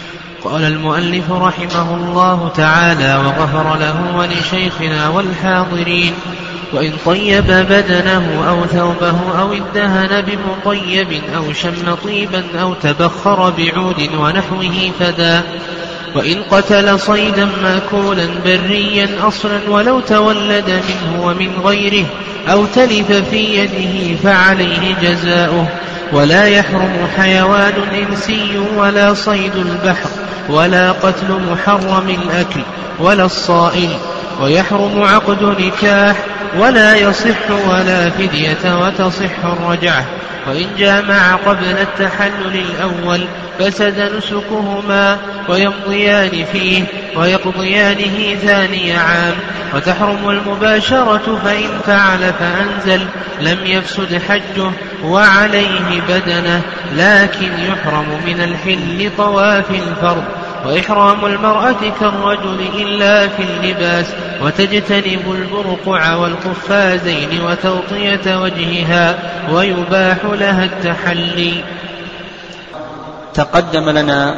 قال المؤلف رحمه الله تعالى وغفر له ولشيخنا والحاضرين: وإن طيب بدنه أو ثوبه أو ادهن بمطيب أو شم طيبا أو تبخر بعود ونحوه فدا. وإن قتل صيدا مأكولا بريا أصلا ولو تولد منه ومن غيره أو تلف في يده فعليه جزاؤه. ولا يحرم حيوان إنسي ولا صيد البحر ولا قتل محرم الأكل ولا الصائل. ويحرم عقد نكاح ولا يصح ولا فدية وتصح الرجعة. وإن جامع قبل التحلل الأول فسد نسكهما ويمضيان فيه ويقضيانه ثاني عام. وتحرم المباشرة فإن فعل فأنزل لم يفسد حجه وعليه بدنه، لكن يحرم من الحل طواف الفرض. وإحرام المرأة كالرجل إلا في اللباس، وتجتنب البرقع والقفازين وتغطية وجهها، ويباح لها التحلي. تقدم لنا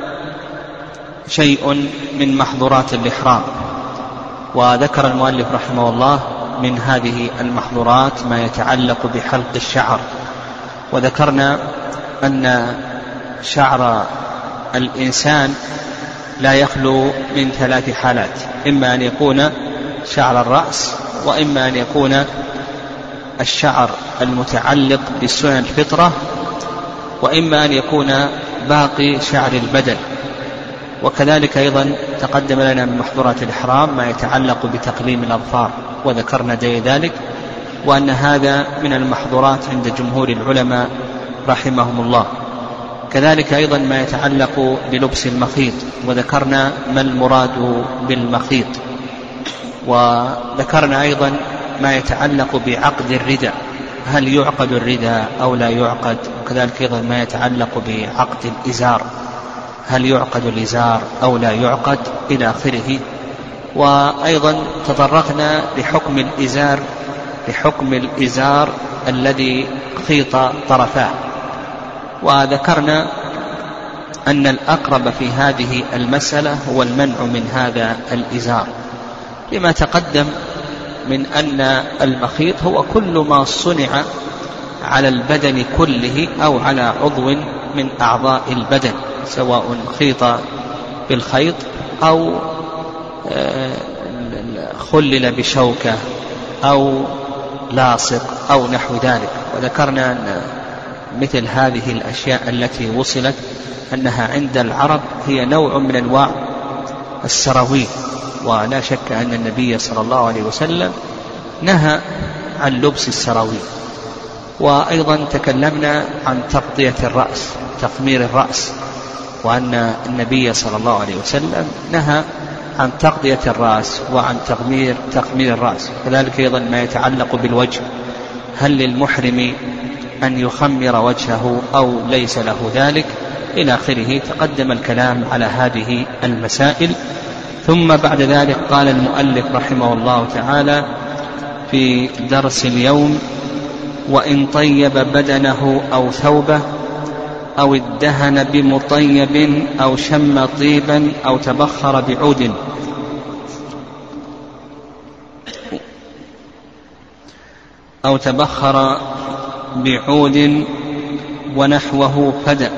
شيء من محظورات الإحرام، وذكر المؤلف رحمه الله من هذه المحظورات ما يتعلق بحلق الشعر. وذكرنا أن شعر الإنسان لا يخلو من 3 حالات: إما أن يكون شعر الرأس، وإما أن يكون الشعر المتعلق بسنن الفطرة، وإما أن يكون باقي شعر البدن. وكذلك أيضا تقدم لنا من محظورات الإحرام ما يتعلق بتقليم الأظفار، وذكرنا ذلك، وأن هذا من المحظورات عند جمهور العلماء رحمهم الله. كذلك أيضا ما يتعلق بلبس المخيط، وذكرنا ما المراد بالمخيط. وذكرنا أيضا ما يتعلق بعقد الرداء، هل يعقد الرداء أو لا يعقد. وكذلك أيضا ما يتعلق بعقد الإزار، هل يعقد الإزار أو لا يعقد، إلى آخره. وأيضا تطرقنا لحكم الإزار الذي خيط طرفاه، وذكرنا أن الأقرب في هذه المسألة هو المنع من هذا الإزار، لما تقدم من أن المخيط هو كل ما صنع على البدن كله أو على عضو من أعضاء البدن، سواء خيط بالخيط أو خلل بشوكة أو لاصق أو نحو ذلك. وذكرنا أن مثل هذه الأشياء التي وصلت أنها عند العرب هي نوع من أنواع السراويل، ولا شك أن النبي صلى الله عليه وسلم نهى عن لبس السراويل. وأيضا تكلمنا عن تغطية الرأس، تخمير الرأس، وأن النبي صلى الله عليه وسلم نهى عن تغطية الرأس وعن تخمير الرأس. كذلك أيضا ما يتعلق بالوجه، هل للمحرم أن يخمر وجهه أو ليس له ذلك، إلى آخره. تقدم الكلام على هذه المسائل. ثم بعد ذلك قال المؤلف رحمه الله تعالى في درس اليوم: وإن طيب بدنه أو ثوبه أو ادهن بمطيب أو شم طيبا أو تبخر بعود ونحوه فدى.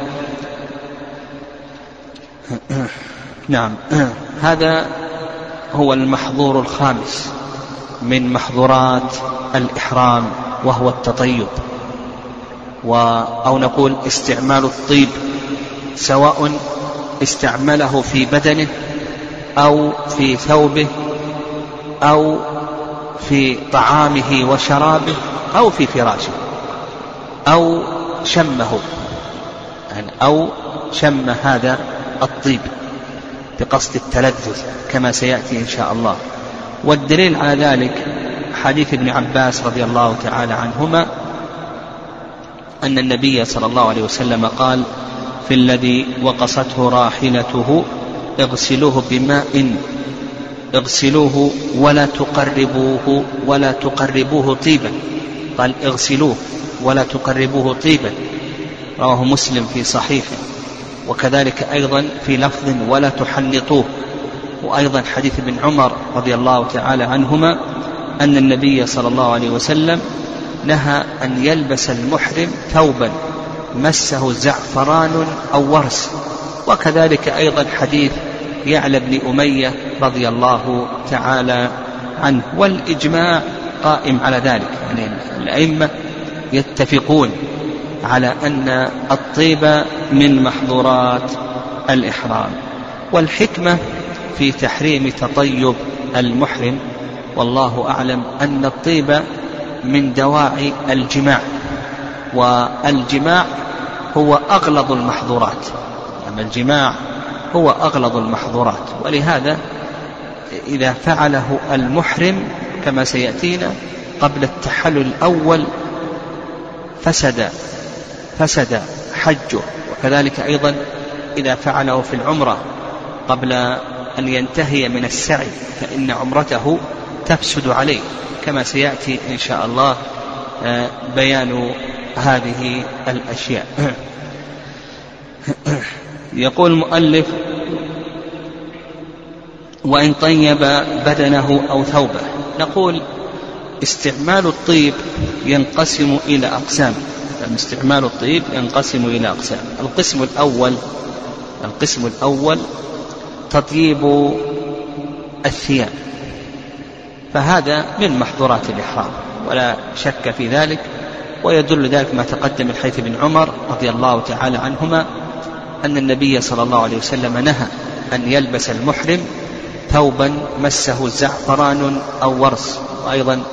نعم، هذا هو المحظور الخامس من محظورات الإحرام، وهو التطيب، أو نقول استعمال الطيب، سواء استعمله في بدنه أو في ثوبه أو في طعامه وشرابه أو في فراشه، أو شمه، أو شم هذا الطيب بقصد التلذذ كما سيأتي إن شاء الله. والدليل على ذلك حديث ابن عباس رضي الله تعالى عنهما أن النبي صلى الله عليه وسلم قال في الذي وقصته راحلته: اغسلوه بماء، اغسلوه ولا تقربوه طيبا. قال اغسلوه ولا تقربوه طيبا، رواه مسلم في صحيحه. وكذلك أيضا في لفظ ولا تحنطوه. وأيضا حديث ابن عمر رضي الله تعالى عنهما أن النبي صلى الله عليه وسلم نهى أن يلبس المحرم ثوبا مسه زعفران أو ورس. وكذلك أيضا حديث يعلى بن أمية رضي الله تعالى عنه. والإجماع قائم على ذلك، يعني الأئمة يتفقون على أن الطيب من محظورات الإحرام. والحكمة في تحريم تطيب المحرم والله أعلم أن الطيب من دواعي الجماع، والجماع هو أغلظ المحظورات، يعني الجماع هو أغلظ المحظورات. ولهذا إذا فعله المحرم كما سيأتينا قبل التحلل الأول فسد حجه. وكذلك أيضا إذا فعله في العمرة قبل أن ينتهي من السعي فإن عمرته تفسد عليه، كما سيأتي إن شاء الله بيان هذه الأشياء. يقول المؤلف: وإن طيب بدنه أو ثوبه. نقول استعمال الطيب ينقسم إلى أقسام. استعمال الطيب ينقسم إلى أقسام. القسم الأول تطيب الثياب، فهذا من محظورات الإحرام ولا شك في ذلك. ويدل ذلك ما تقدم من حيث ابن عمر رضي الله تعالى عنهما أن النبي صلى الله عليه وسلم نهى أن يلبس المحرم ثوبا مسه زعفران أو ورس. وأيضا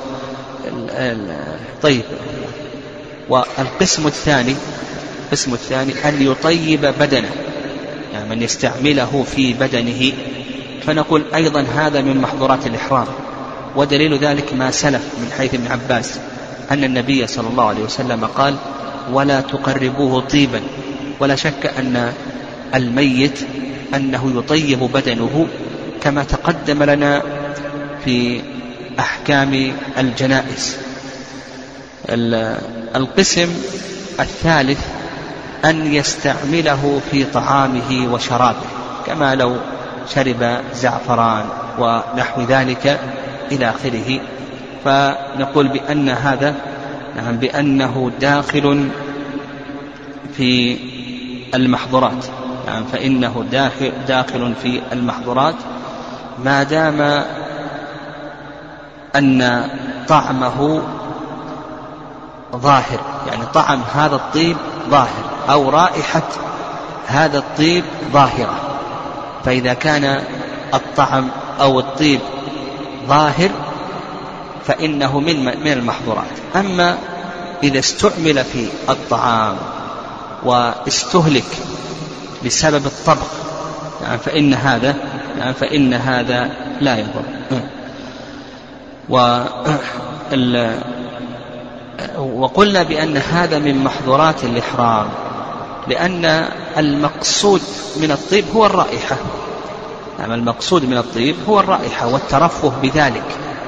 طيب. والقسم الثاني أن يطيب بدنه، يعني من يستعمله في بدنه، فنقول أيضا هذا من محظورات الإحرام. ودليل ذلك ما سلف من حيث ابن عباس أن النبي صلى الله عليه وسلم قال: ولا تقربوه طيبا. ولا شك أن الميت أنه يطيب بدنه كما تقدم لنا في أحكام الجنائز. القسم الثالث أن يستعمله في طعامه وشرابه، كما لو شرب زعفران ونحو ذلك إلى آخره. فنقول بأن هذا بأنه داخل في المحظورات، فإنه داخل في المحظورات ما دام أن طعمه ظاهر، يعني طعم هذا الطيب ظاهر أو رائحة هذا الطيب ظاهرة. فإذا كان الطعم أو الطيب ظاهر فإنه من المحظورات. أما إذا استعمل في الطعام واستهلك بسبب الطبخ فإن هذا لا يضر. وقلنا بأن هذا من محظورات الإحرام لأن المقصود من الطيب هو الرائحة، المقصود من الطيب هو الرائحة والترفه بذلك.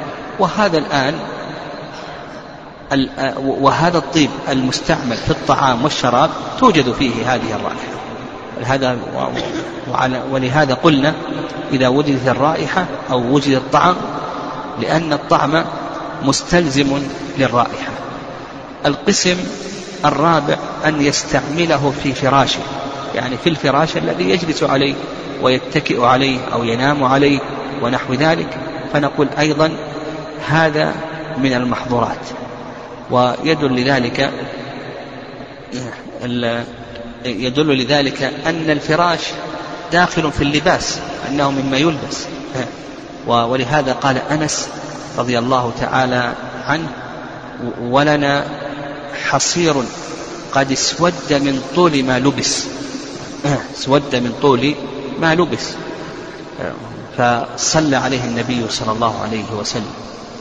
وهذا الطيب المستعمل في الطعام والشراب توجد فيه هذه الرائحة. ولهذا قلنا إذا وجدت الرائحة أو وجد الطعم، لأن الطعم مستلزم للرائحة. القسم الرابع أن يستعمله في فراشه، يعني في الفراش الذي يجلس عليه ويتكئ عليه أو ينام عليه ونحو ذلك، فنقول أيضا هذا من المحظورات. ويدل لذلك أن الفراش داخل في اللباس، أنه مما يلبس. ولهذا قال أنس رضي الله تعالى عنه: ولنا حصير قد اسود من طول ما لبس. اسود من طول ما لبس. فصلى عليه النبي صلى الله عليه وسلم.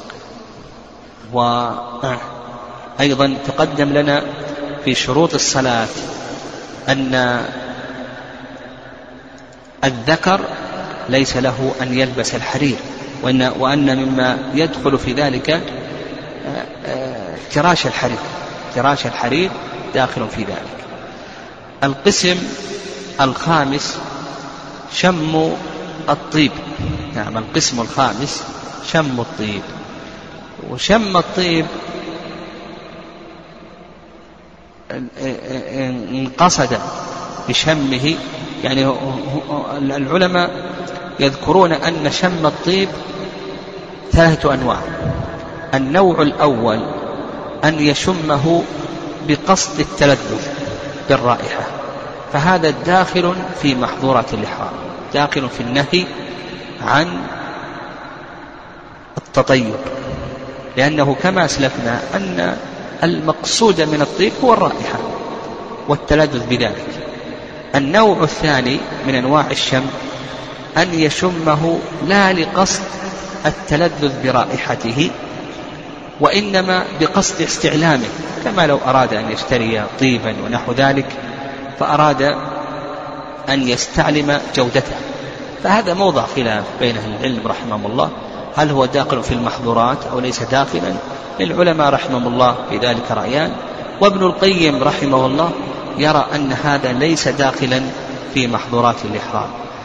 وأيضا تقدم لنا في شروط الصلاة أن الذكر ليس له أن يلبس الحرير، وأن مما يدخل في ذلك فراش الحرير داخل في ذلك. القسم الخامس شم الطيب. نعم، القسم الخامس شم الطيب. وشم الطيب إن قصد بشمه، يعني العلماء يذكرون أن شم الطيب 3 أنواع. النوع الأول أن يشمه بقصد التلذذ بالرائحة، فهذا داخل في محظورات الإحرام، داخل في النهي عن التطيب، لأنه كما أسلفنا أن المقصود من الطيب هو الرائحة والتلذذ بذلك. النوع الثاني من أنواع الشم أن يشمه لا لقصد التلذذ برائحته، وإنما بقصد استعلامه، كما لو أراد أن يشتري طيبا ونحو ذلك فأراد أن يستعلم جودته، فهذا موضع خلاف بين أهل العلم رحمهم الله، هل هو داخل في المحظورات أو ليس داخلا؟ العلماء رحمهم الله في ذلك رأيان، وابن القيم رحمه الله يرى أن هذا ليس داخلا في محظورات الإحرام.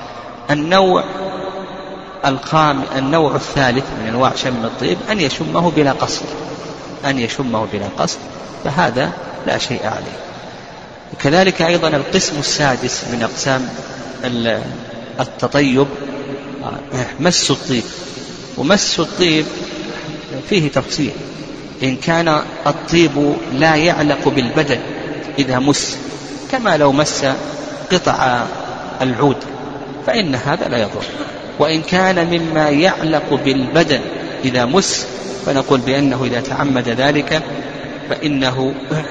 النوع الثالث من أنواع شم الطيب أن يشمه بلا قصد، أن يشمه بلا قصد، فهذا لا شيء عليه. كذلك أيضا القسم السادس من أقسام التطيب مس الطيب. ومس الطيب فيه تفصيل، إن كان الطيب لا يعلق بالبدن إذا مس، كما لو مس قطع العود فإن هذا لا يضر، وإن كان مما يعلق بالبدن إذا مس فنقول بأنه إذا تعمد ذلك فإنه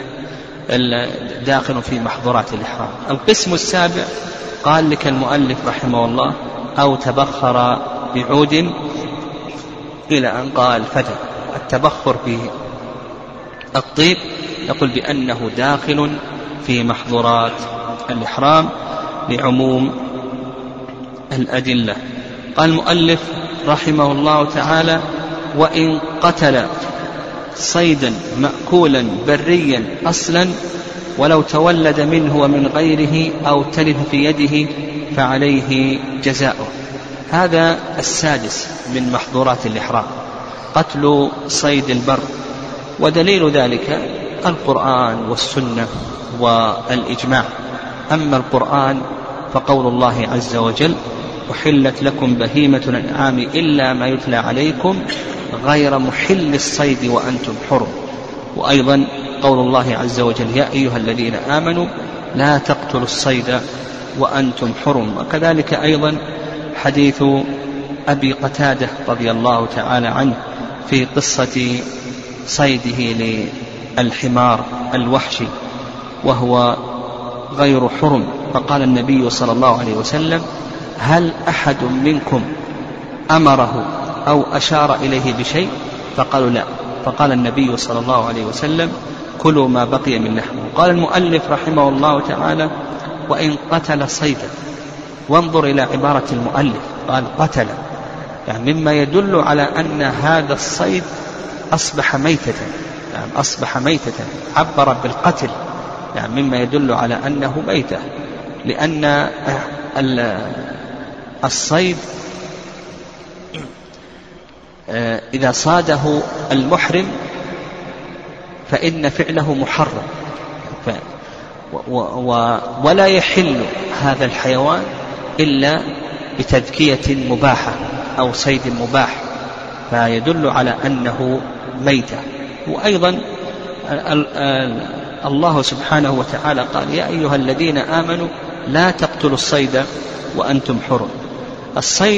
داخل في محظورات الإحرام. القسم السابع قال لك المؤلف رحمه الله أو تبخر بعود إلى أن قال فدى. التبخر به الطيب نقول بأنه داخل في محظورات الإحرام لعموم الأدلة. قال المؤلف رحمه الله تعالى وإن قتل صيدا مأكولا بريا أصلا ولو تولد منه ومن غيره أو تلف في يده فعليه جزاؤه. هذا السادس من محظورات الإحرام، قتل صيد البر، ودليل ذلك القرآن والسنة والإجماع. أما القرآن فقول الله عز وجل أحلت لكم بهيمة الأنعام إلا ما يتلى عليكم غير محل الصيد وأنتم حرم. وأيضا قول الله عز وجل يا أيها الذين آمنوا لا تقتلوا الصيد وأنتم حرم. وكذلك أيضا حديث أبي قتادة رضي الله تعالى عنه في قصة صيده للحمار الوحشي وهو غير حرم، فقال النبي صلى الله عليه وسلم هل أحد منكم أمره أو أشار إليه بشيء؟ فقالوا لا، فقال النبي صلى الله عليه وسلم كلوا ما بقي من لحمه. قال المؤلف رحمه الله تعالى وإن قتل صيدا، وانظر إلى عبارة المؤلف قال قتل، يعني مما يدل على أن هذا الصيد أصبح ميتة، يعني أصبح ميتة، عبر بالقتل، يعني مما يدل على أنه ميتة، لأن الصيد إذا صاده المحرم فإن فعله محرم، ولا يحل هذا الحيوان إلا بتذكية مباحة أو صيد مباح، فيدل على أنه ميتة. وأيضا الله سبحانه وتعالى قال يا أيها الذين آمنوا لا تقتلوا الصيد وأنتم حرم. الصيد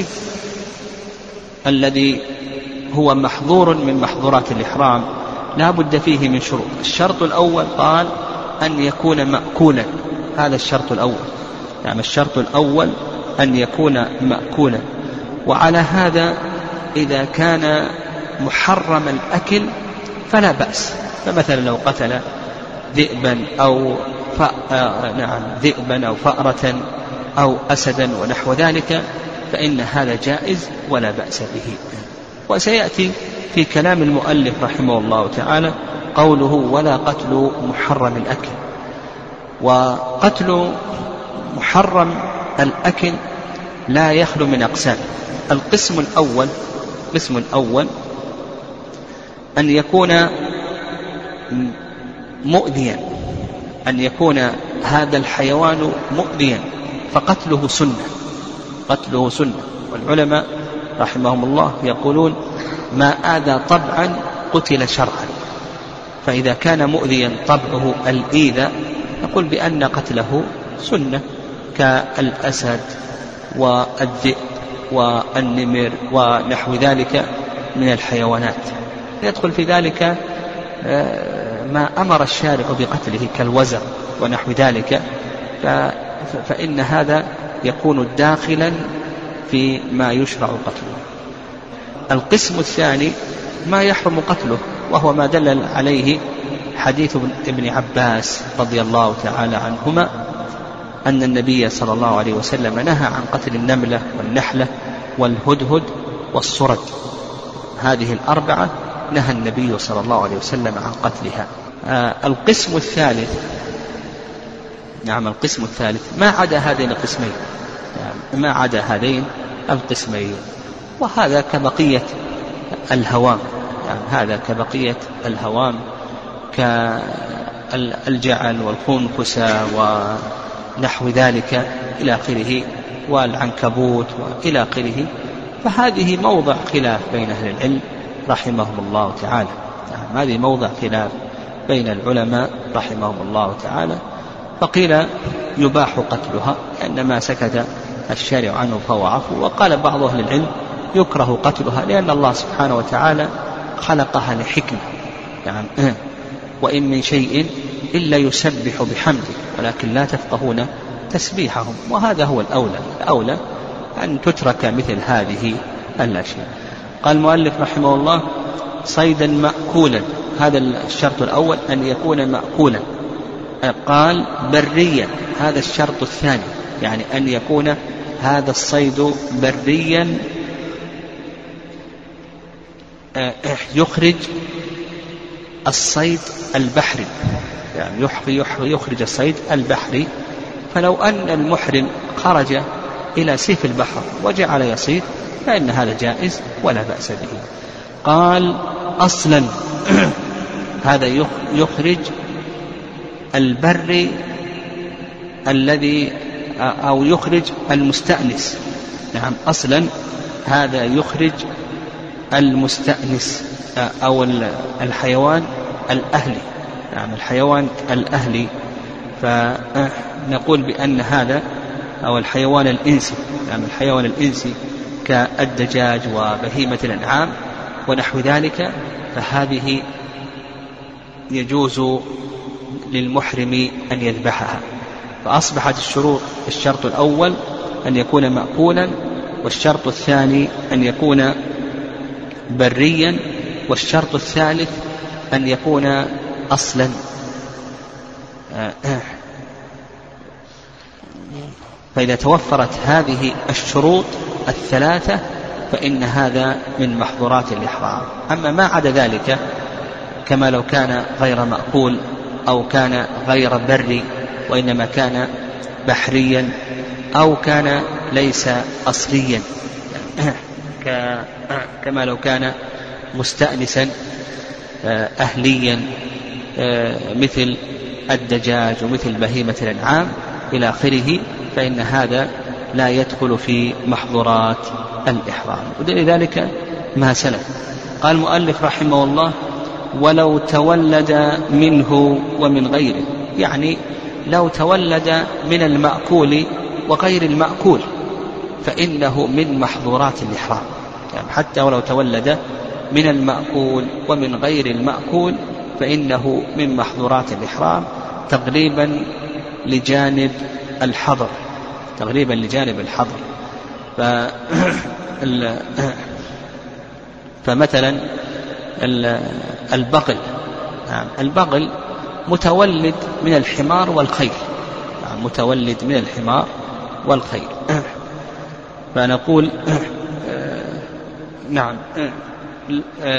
الذي هو محظور من محظورات الإحرام لا بد فيه من شروط. الشرط الأول قال أن يكون مأكولا، هذا الشرط الأول، يعني الشرط الأول أن يكون مأكولا. وعلى هذا إذا كان محرم الأكل فلا بأس، فمثلا لو قتل ذئبا أو ذئبا أو فأرة أو أسدا ونحو ذلك فإن هذا جائز ولا بأس به. وسيأتي في كلام المؤلف رحمه الله تعالى قوله ولا قتل محرم الأكل. وقتل محرم الأكل لا يخلو من أقسام. القسم الأول أن يكون مؤذيا، أن يكون هذا الحيوان مؤذيا فقتله سنة. والعلماء رحمهم الله يقولون ما آذى طبعا قتل شرعا. فإذا كان مؤذيا طبعه الإيذاء نقول بأن قتله سنة، كالأسد والذئب والنمر ونحو ذلك من الحيوانات. يدخل في ذلك ما أمر الشارع بقتله كالوزغ ونحو ذلك، فإن هذا يكون داخلا في ما يشرع قتله. القسم الثاني ما يحرم قتله، وهو ما دل عليه حديث ابن عباس رضي الله تعالى عنهما أن النبي صلى الله عليه وسلم نهى عن قتل النملة والنحلة والهدهد والصرد. هذه الأربعة نهى النبي صلى الله عليه وسلم عن قتلها. القسم الثالث ما عدا هذين القسمين، وهذا كبقية الهوام، كالجعل والخنفسة ونحو ذلك إلى آخره، والعنكبوت وإلى آخره. فهذه موضع خلاف بين أهل العلم رحمهم الله تعالى. هذه موضع خلاف بين العلماء رحمهم الله تعالى. فقيل يباح قتلها لأن ما سكت الشارع عنه فهو عفو، وقال بعض أهل العلم يكره قتلها لأن الله سبحانه وتعالى خلقها لحكمة. وإن من شيء إلا يسبح بحمده ولكن لا تفقهون تسبيحهم. وهذا هو الأولى أن تترك مثل هذه الأشياء. قال المؤلف رحمه الله صيدا مأكولا، هذا الشرط الأول أن يكون مأكولا. قال بريا، هذا الشرط الثاني، يعني أن يكون هذا الصيد بريا يخرج الصيد البحري، يعني يخرج الصيد البحري. فلو أن المحرم خرج إلى سيف البحر وجعل يصيد فإن هذا جائز ولا بأس به. قال أصلا هذا يخرج البر الذي أو يخرج المستأنس. نعم، أصلا هذا يخرج المستأنس أو الحيوان الأهلي. نعم، الحيوان الأهلي. فنقول بأن هذا أو الحيوان الإنسي، نعم الحيوان الإنسي كالدجاج وبهيمة الأنعام ونحو ذلك، فهذه يجوز للمحرم أن يذبحها. فأصبحت الشرط الأول أن يكون مأكولا، والشرط الثاني أن يكون بريا، والشرط الثالث أن يكون أصلا. فإذا توفرت هذه الشروط الثلاثة فإن هذا من محظورات الإحرام. أما ما عدا ذلك كما لو كان غير مأكول أو كان غير بري وإنما كان بحريا أو كان ليس أصليا، كما لو كان مستأنسا أهليا مثل الدجاج ومثل بهيمة الأنعام إلى آخره، فإن هذا لا يدخل في محظورات الإحرام. ودليل ذلك ما سلف. قال المؤلف رحمه الله ولو تولد منه ومن غيره، يعني لو تولد من المأكول وغير المأكول فإنه من محظورات الإحرام. يعني حتى ولو تولد من المأكول ومن غير المأكول فإنه من محظورات الإحرام تغليبا لجانب الحظر. فمثلا البغل متولد من الحمار والخيل، فنقول نعم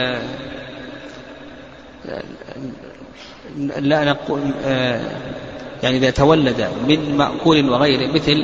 لا نقول يعني إذا تولد من مأكول وغيره مثل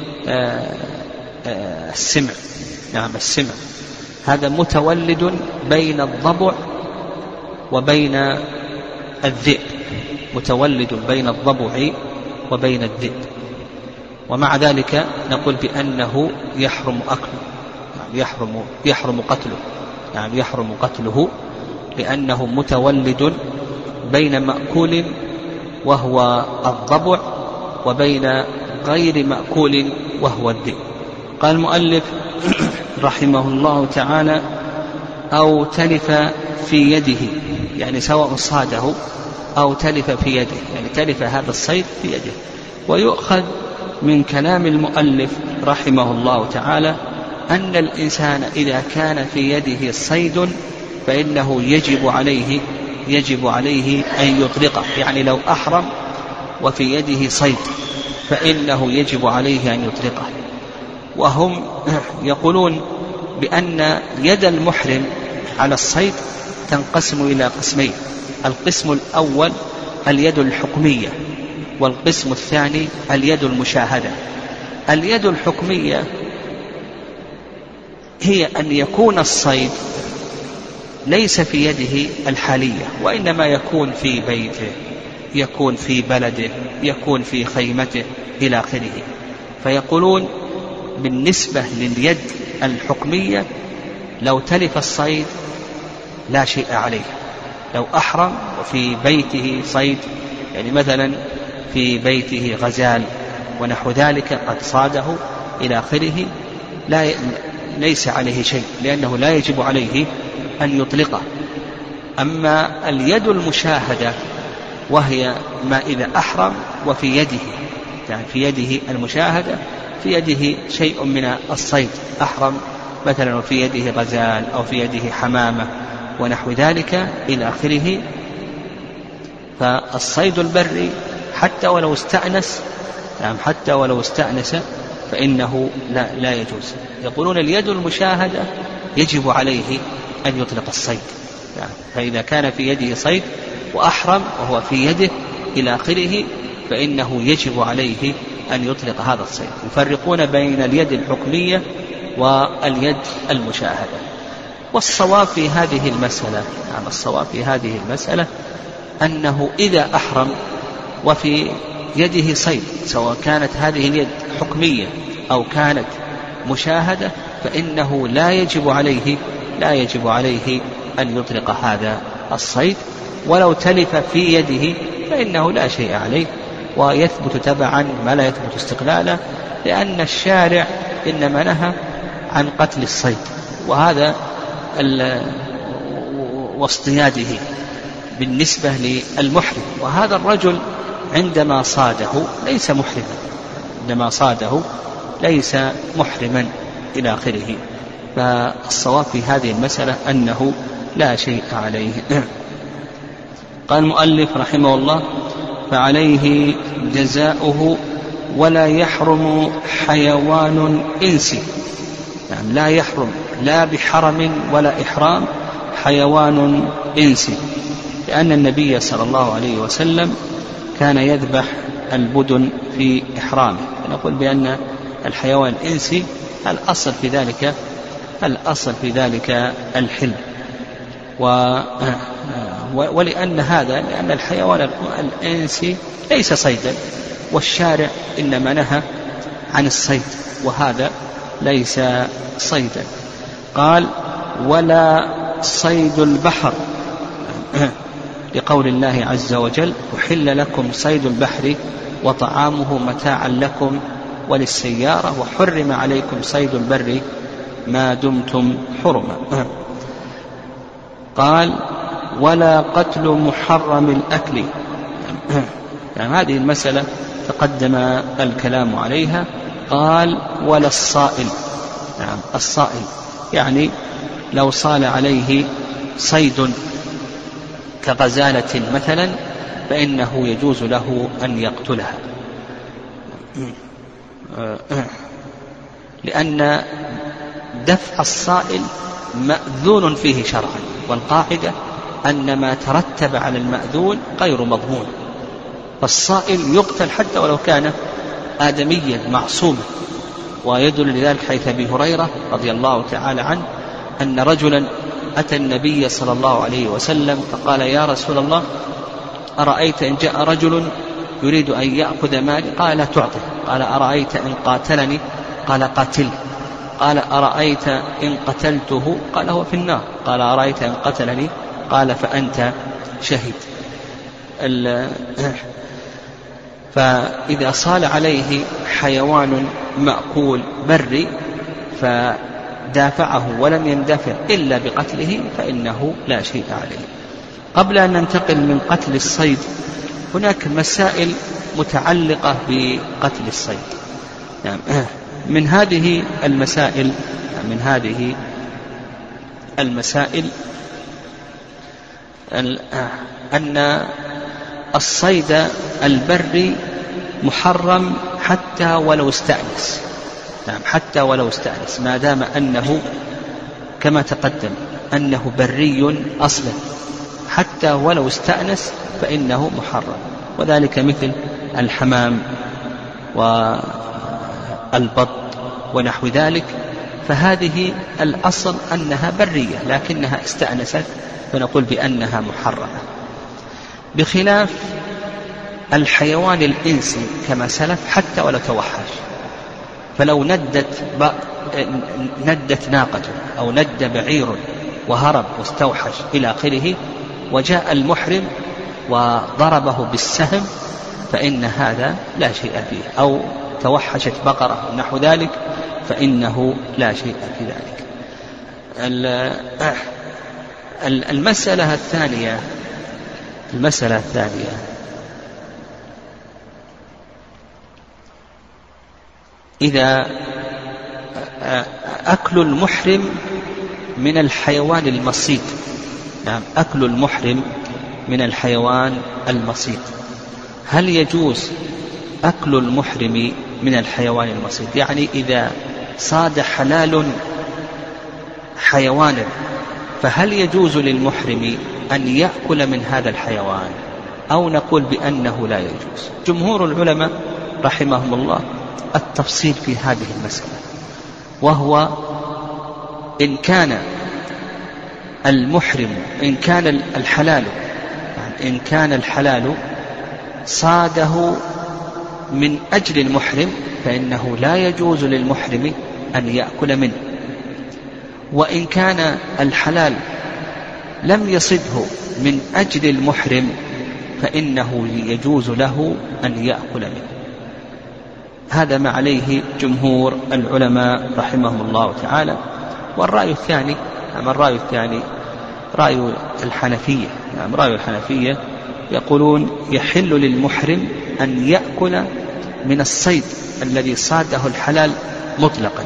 السمع، نعم السمع، هذا متولد بين الضبع وبين الذئب، متولد بين الضبع وبين الذئب، ومع ذلك نقول بأنه يحرم أكله، يعني يحرم قتله، يعني يحرم قتله لأنه متولد بين مأكول وهو الضبع وبين غير مأكول وهو الذئب. قال المؤلف رحمه الله تعالى: أو تلف في يده، يعني سواء صاده أو تلف في يده، يعني تلف هذا الصيد في يده. ويؤخذ من كلام المؤلف رحمه الله تعالى أن الإنسان إذا كان في يده صيد فإنه يجب عليه أن يطلقه، يعني لو أحرم وفي يده صيد فإنه يجب عليه أن يطلقه. وهم يقولون بأن يد المحرم على الصيد تنقسم إلى قسمين: القسم الأول اليد الحكمية، والقسم الثاني اليد المشاهدة. اليد الحكمية هي أن يكون الصيد ليس في يده الحالية، وإنما يكون في بيته، يكون في بلده، يكون في خيمته إلى آخره. فيقولون بالنسبة لليد الحكمية لو تلف الصيد لا شيء عليه. لو أحرم وفي بيته صيد، يعني مثلا في بيته غزال ونحو ذلك قد صاده إلى آخره، ليس عليه شيء، لأنه لا يجب عليه أن يطلقه. أما اليد المشاهدة وهي ما إذا أحرم وفي يده، يعني في يده المشاهدة، في يده شيء من الصيد، أحرم مثلا وفي يده غزال أو في يده حمامة ونحو ذلك إلى آخره، فالصيد البري حتى ولو استأنس، يعني حتى ولو استأنس فإنه لا يجوز. يقولون اليد المشاهدة يجب عليه أن يطلق الصيد، يعني فإذا كان في يده صيد وأحرم وهو في يده إلى آخره فإنه يجب عليه أن يطلق هذا الصيد. يفرقون بين اليد الحكمية واليد المشاهدة. والصواب في هذه المسألة، يعني الصواب في هذه المسألة أنه إذا أحرم وفي يده صيد، سواء كانت هذه اليد حكمية أو كانت مشاهدة، فإنه لا يجب عليه أن يطلق هذا الصيد. ولو تلف في يده فإنه لا شيء عليه، ويثبت تبعا ما لا يثبت استقلالا، لأن الشارع إنما نهى عن قتل الصيد، وهذا واصطياده بالنسبة للمحرم. وهذا الرجل عندما صاده ليس محرما، عندما صاده ليس محرما إلى آخره. فالصواب في هذه المسألة أنه لا شيء عليه. قال المؤلف رحمه الله: فعليه جزاؤه ولا يحرم حيوان إنسي، يعني لا يحرم لا بحرم ولا إحرام حيوان إنسي، لأن النبي صلى الله عليه وسلم كان يذبح البدن في إحرامه. نقول بأن الحيوان الإنسي الأصل في ذلك الحل، ولأن الحيوان الإنسي ليس صيدا، والشارع إنما نهى عن الصيد، وهذا ليس صيدا. قال: ولا صيد البحر، لقول الله عز وجل: أحل لكم صيد البحر وطعامه متاعا لكم وللسيارة وحرم عليكم صيد البر ما دمتم حرما. قال: ولا قتل محرم الأكل، يعني هذه المسألة تقدم الكلام عليها. قال: ولا الصائل، نعم الصائل، يعني لو صال عليه صيد كغزالة مثلا فإنه يجوز له أن يقتلها، لأن دفع الصائل مأذون فيه شرعا، والقاعدة أن ما ترتب على المأذون غير مضمون، فالصائل يقتل حتى ولو كان آدميا معصوما. ويدل لذلك حيث أبي هريرة رضي الله تعالى عنه أن رجلا أتى النبي صلى الله عليه وسلم فقال: يا رسول الله، أرأيت إن جاء رجل يريد أن يأخذ مالي؟ قال: لا تعطه. قال: أرأيت إن قاتلني؟ قال: قاتله. قال: أرأيت إن قتلته؟ قال: هو في النار. قال: أرأيت إن قتلني؟ قال: فأنت شهيد. فإذا صال عليه حيوان مأكول بري فدافعه ولم يندفع إلا بقتله فإنه لا شيء عليه. قبل أن ننتقل من قتل الصيد، هناك مسائل متعلقة بقتل الصيد. من هذه المسائل أن الصيد البري محرم حتى ولو استأنس. حتى ولو استأنس، ما دام أنه كما تقدم أنه بري أصلا، حتى ولو استأنس فإنه محرم. وذلك مثل الحمام والبط ونحو ذلك، فهذه الأصل أنها برية لكنها استأنست فنقول بأنها محرمة، بخلاف الحيوان الإنسي كما سلف حتى ولو توحش. فلو ندت ناقة أو ند بعير وهرب واستوحش إلى آخره وجاء المحرم وضربه بالسهم فإن هذا لا شيء فيه، أو توحشت بقرة نحو ذلك فإنه لا شيء في ذلك. المسألة الثانية إذا أكل المحرم من الحيوان المصيد. أكل المحرم من الحيوان المصيد، هل يجوز أكل المحرم من الحيوان المصيد؟ يعني إذا صاد حلال حيوانا فهل يجوز للمحرم أن يأكل من هذا الحيوان، أو نقول بأنه لا يجوز؟ جمهور العلماء رحمهم الله التفصيل في هذه المسألة، وهو إن كان المحرم إن كان الحلال صاده من أجل المحرم فإنه لا يجوز للمحرم أن يأكل منه، وإن كان الحلال لم يصده من أجل المحرم فإنه يجوز له أن يأكل منه. هذا ما عليه جمهور العلماء رحمهم الله تعالى. والرأي الثاني رأي الحنفية. رأي الحنفية يقولون يحل للمحرم أن يأكل من الصيد الذي صاده الحلال مطلقا.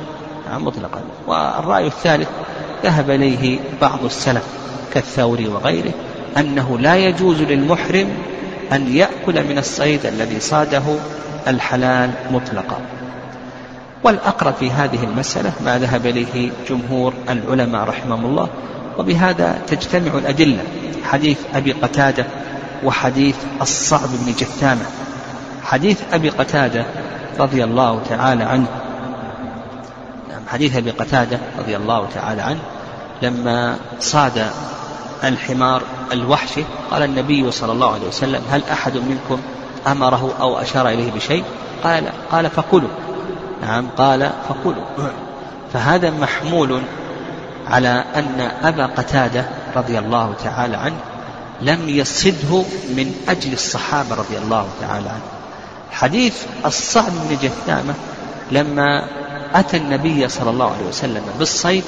والرأي الثالث ذهب إليه بعض السلف كالثوري وغيره، أنه لا يجوز للمحرم أن يأكل من الصيد الذي صاده الحلال مطلقا. والأقرب في هذه المسألة ما ذهب إليه جمهور العلماء رحمهم الله، وبهذا تجتمع الأدلة: حديث أبي قتادة وحديث الصعب بن جثامة. حديث أبي قتادة رضي الله تعالى عنه لما صاد الحمار الوحشي قال النبي صلى الله عليه وسلم: هل أحد منكم أمره أو أشار إليه بشيء؟ قال فكلوا. قال فكلوا. فهذا محمول على أن أبا قتادة رضي الله تعالى عنه لم يصده من أجل الصحابة رضي الله تعالى عنه. حديث الصعب بن جثامة لما أتى النبي صلى الله عليه وسلم بالصيد،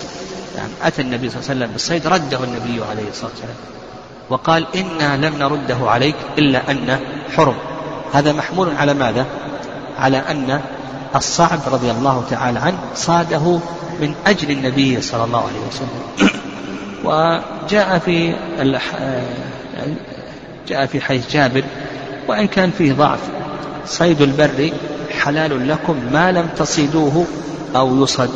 رده النبي عليه الصلاة والسلام وقال: إنا لم نرده عليك إلا أن حرم. هذا محمول على ماذا؟ على أن الصعب رضي الله تعالى عنه صاده من أجل النبي صلى الله عليه وسلم. وجاء في حديث جابر: وإن كان فيه ضعف، صيد البر حلال لكم ما لم تصيدوه أو يصد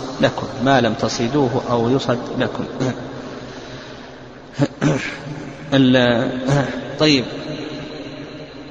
لكم. طيب،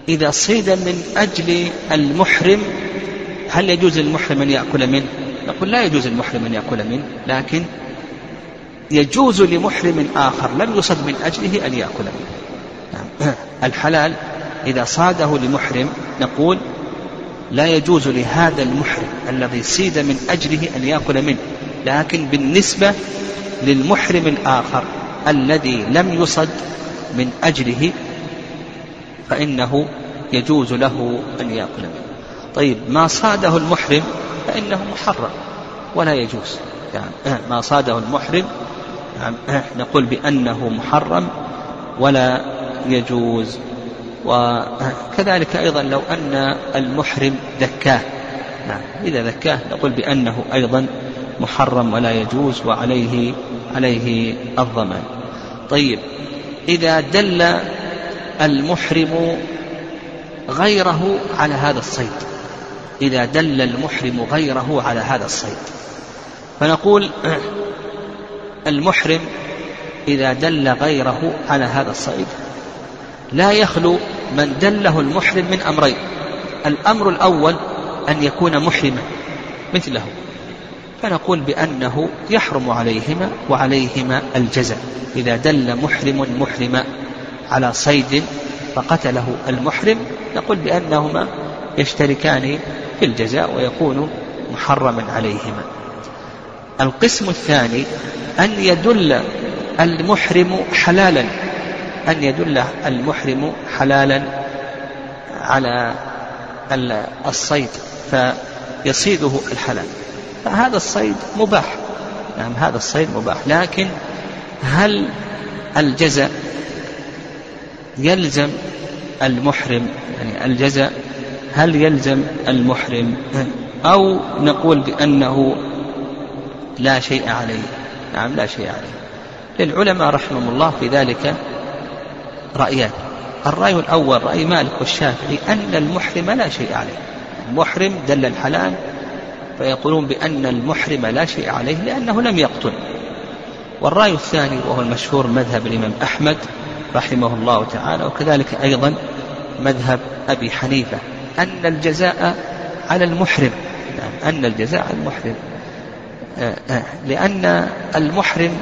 إذا صيد من أجل المحرم هل يجوز للمحرم أن يأكل منه؟ نقول لا يجوز للمحرم أن يأكل منه، لكن يجوز لمحرم آخر لم يصد من أجله أن يأكل منه. الحلال إذا صاده لمحرم نقول لا يجوز لهذا المحرم الذي صيد من أجله أن يأكل منه، لكن بالنسبة للمحرم الآخر الذي لم يصد من أجله فإنه يجوز له أن يأكل منه. طيب ما صاده المحرم فإنه محرم ولا يجوز، يعني ما صاده المحرم نقول بأنه محرم ولا يجوز. وكذلك أيضا لو أن المحرم ذكاه، إذا ذكاه نقول بأنه أيضا محرم ولا يجوز وعليه الضمان. طيب إذا دل المحرم غيره على هذا الصيد، إذا دل المحرم غيره على هذا الصيد فنقول المحرم إذا دل غيره على هذا الصيد لا يخلو من دله المحرم من أمرين. الأمر الأول أن يكون محرما مثله، فنقول بأنه يحرم عليهما وعليهما الجزاء. إذا دل محرما على صيد فقتله المحرم نقول بأنهما يشتركان في الجزاء ويكون محرما عليهما. القسم الثاني أن يدل المحرم حلالا، أن يدل المحرم حلالا على الصيد فيصيده الحلال، فهذا الصيد مباح، يعني هذا الصيد مباح. لكن هل الجزاء يلزم المحرم، يعني الجزاء هل يلزم المحرم أو نقول بأنه لا شيء عليه؟ نعم لا شيء عليه. للعلماء رحمهم الله في ذلك رأيان. الرأي الأول رأي مالك والشافعي أن المحرم لا شيء عليه، المحرم دل الحلال فيقولون بأن المحرم لا شيء عليه لأنه لم يقتل. والرأي الثاني وهو المشهور مذهب الإمام أحمد رحمه الله تعالى وكذلك أيضا مذهب أبي حنيفة أن الجزاء على المحرم، أن الجزاء على المحرم، لأن المحرم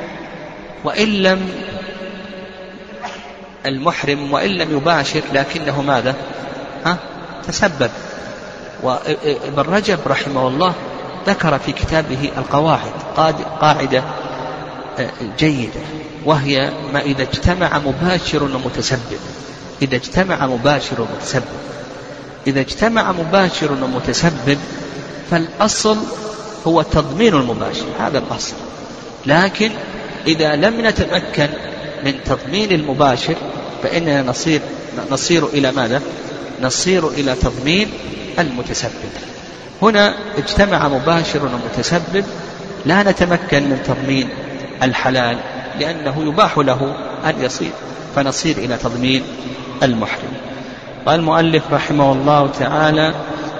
وإن لم يباشر لكنه ماذا؟ تسبب. وابن رجب رحمه الله ذكر في كتابه القواعد قاعدة جيدة، وهي ما إذا اجتمع مباشر ومتسبب. إذا اجتمع مباشر ومتسبب، إذا اجتمع مباشر ومتسبب فالأصل هو تضمين المباشر، هذا الأصل. لكن إذا لم نتمكن من تضمين المباشر فإننا نصير إلى ماذا؟ نصير إلى تضمين المتسبب. هنا اجتمع مباشر ومتسبب لا نتمكن من تضمين الحلال لأنه يباح له أن يصير، فنصير إلى تضمين المحرم. قال المؤلف رحمه الله تعالى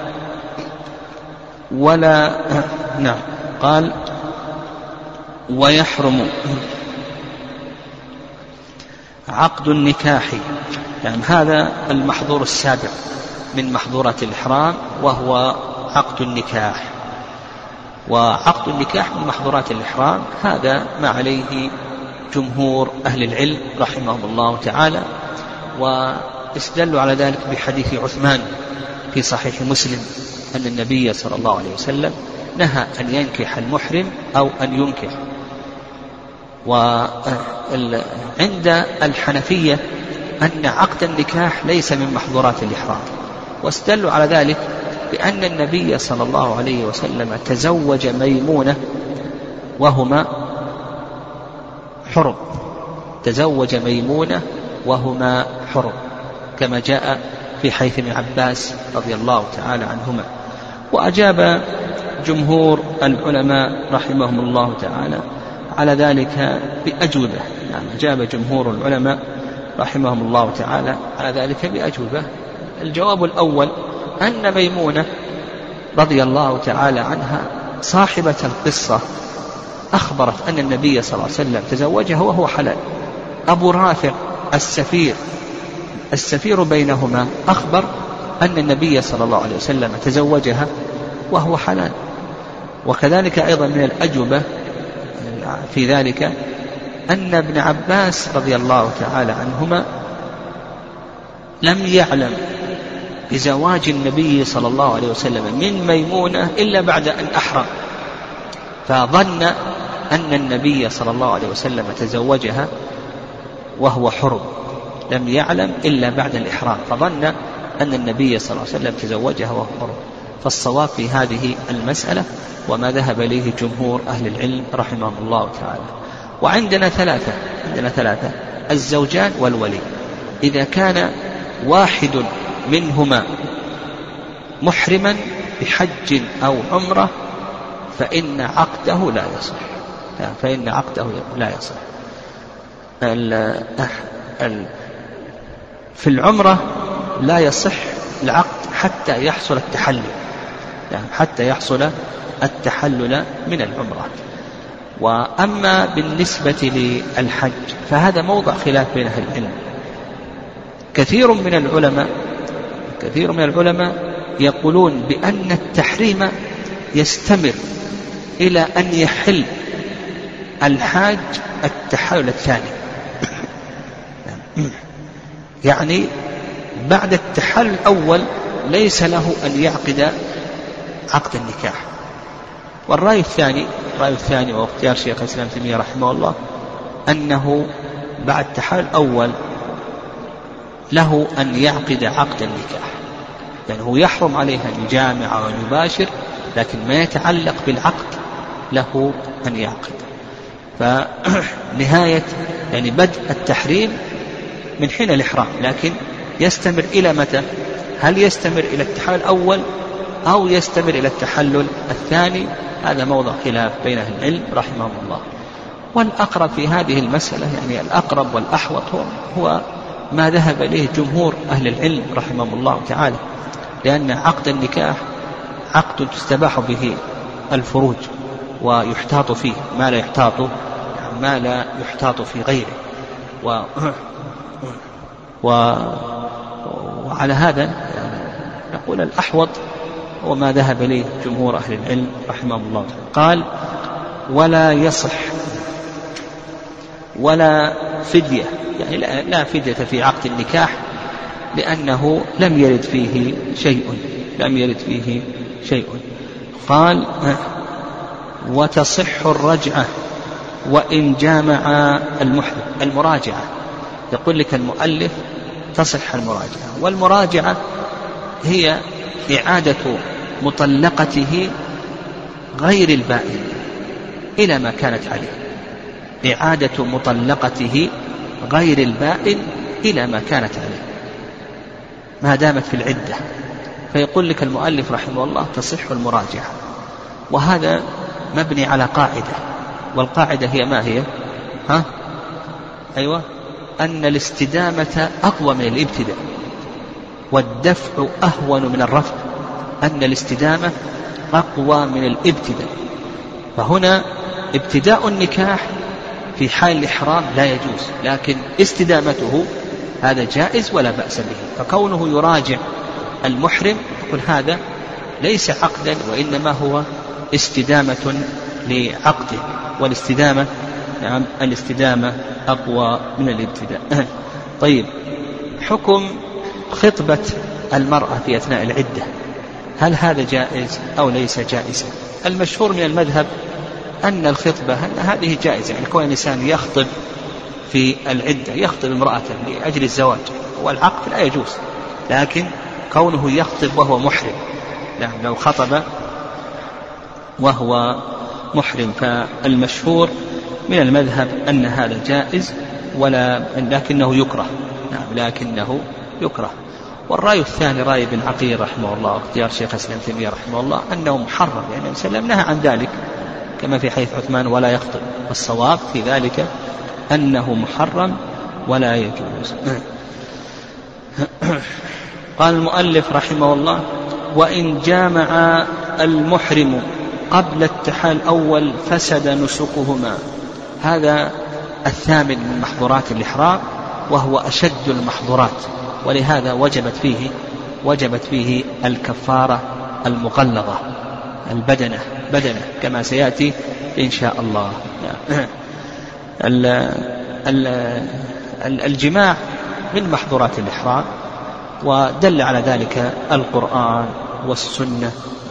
قال ويحرم عقد النكاح، يعني هذا المحظور السابع من محظورات الإحرام وهو عقد النكاح. وعقد النكاح من محظورات الإحرام، هذا ما عليه جمهور أهل العلم رحمهم الله تعالى، واستدلوا على ذلك بحديث عثمان في صحيح مسلم أن النبي صلى الله عليه وسلم نهى أن ينكح المحرم أو أن ينكح. وعند الحنفية أن عقد النكاح ليس من محظورات الإحرام، واستدلوا على ذلك بأن النبي صلى الله عليه وسلم تزوج ميمونة وهما حرم، تزوج ميمونة وهما حرم كما جاء في حديث ابن عباس رضي الله تعالى عنهما. وأجاب جمهور العلماء رحمهم الله تعالى على ذلك بأجوبة، يعني أجاب جمهور العلماء رحمهم الله تعالى على ذلك بأجوبة. الجواب الأول أن ميمونة رضي الله تعالى عنها صاحبة القصة أخبرت أن النبي صلى الله عليه وسلم تزوجها وهو حلال. أبو رافع السفير السفير بينهما أخبر أن النبي صلى الله عليه وسلم تزوجها وهو حلال. وكذلك أيضا من الأجوبة في ذلك أن ابن عباس رضي الله تعالى عنهما لم يعلم بزواج النبي صلى الله عليه وسلم من ميمونة إلا بعد أن أحرم، فظن أن النبي صلى الله عليه وسلم تزوجها وهو حرم، لم يعلم إلا بعد الإحرام، فظن أن النبي صلى الله عليه وسلم تزوجها وهو حرم. فالصواب في هذه المسألة وما ذهب إليه جمهور أهل العلم رحمهم الله تعالى. وعندنا ثلاثة الزوجان والولي. إذا كان واحد منهما محرما بحج أو عمرة فإن عقده لا يصح. في العمرة لا يصح العقد حتى يحصل التحلل، حتى يحصل التحلل من العمرة. وأما بالنسبة للحج فهذا موضع خلاف بين أهل العلم. كثير من العلماء يقولون بأن التحريم يستمر إلى أن يحل الحاج التحلل الثاني، يعني بعد التحلل الأول ليس له أن يعقد عقد النكاح. والرأي الثاني واختيار شيخ الإسلام ابن تيمية رحمه الله أنه بعد التحلل الأول له أن يعقد عقد النكاح، يعني هو يحرم عليه أن يجامع أو يباشر، لكن ما يتعلق بالعقد له أن يعقد. فنهاية يعني بدء التحريم من حين الإحرام، لكن يستمر إلى متى؟ هل يستمر إلى التحلل الأول أو يستمر إلى التحلل الثاني؟ هذا موضع خلاف بين أهل العلم رحمهم الله. والأقرب في هذه المسألة يعني الأقرب والأحوط هو ما ذهب إليه جمهور أهل العلم رحمهم الله تعالى، لأن عقد النكاح عقد تستباح به الفروج ويحتاط فيه ما لا يحتاط في غيره. وعلى هذا نقول الأحوط وما ذهب إليه جمهور أهل العلم رحمهم الله تعالى. قال ولا يصح ولا فدية، يعني لا فدية في عقد النكاح لأنه لم يرد فيه شيء. قال وتصح الرجعة وإن جامع المحرم. المراجعة يقول لك المؤلف تصح المراجعة، والمراجعة هي إعادة مطلقته غير البائن إلى ما كانت عليه، إعادة مطلقته غير البائن إلى ما كانت عليه ما دامت في العدة. فيقول لك المؤلف رحمه الله تصح المراجعة، وهذا مبني على قاعدة، والقاعدة هي ما هي؟ أن الاستدامة أقوى من الابتداء والدفع أهون من الرفع. أن الاستدامة أقوى من الابتداء، فهنا ابتداء النكاح في حال الإحرام لا يجوز، لكن استدامته هذا جائز ولا بأس به. فكونه يراجع المحرم يقول هذا ليس عقدا وإنما هو استدامة لعقده، والاستدامة الاستدامة أقوى من الابتداء. طيب، حكم خطبة المرأة في أثناء العدة، هل هذا جائز أو ليس جائزا؟ المشهور من المذهب أن الخطبة أن هذه جائزة، يعني كون الإنسان يخطب في العدة، يخطب امرأة لأجل الزواج والعقد لا يجوز، لكن كونه يخطب وهو محرم، يعني لو خطب وهو محرم فالمشهور من المذهب أن هذا جائز لكنه يكره. والرأي الثاني رأي ابن عقيل رحمه الله واختيار شيخ الإسلام ابن تيمية رحمه الله أنه محرم، يعني النبي صلى الله عليه وسلم نهى عن ذلك كما في حديث عثمان ولا يخطب، والصواب في ذلك أنه محرم ولا يجوز. قال المؤلف رحمه الله وإن جامع المحرم قبل التحال الأول فسد نسكهما. هذا الثامن من محظورات الإحرام، وهو أشد المحظورات ولهذا وجبت فيه الكفارة المغلظة البدنة كما سيأتي إن شاء الله. الجماع من محظورات الإحرام، ودل على ذلك القرآن والسنة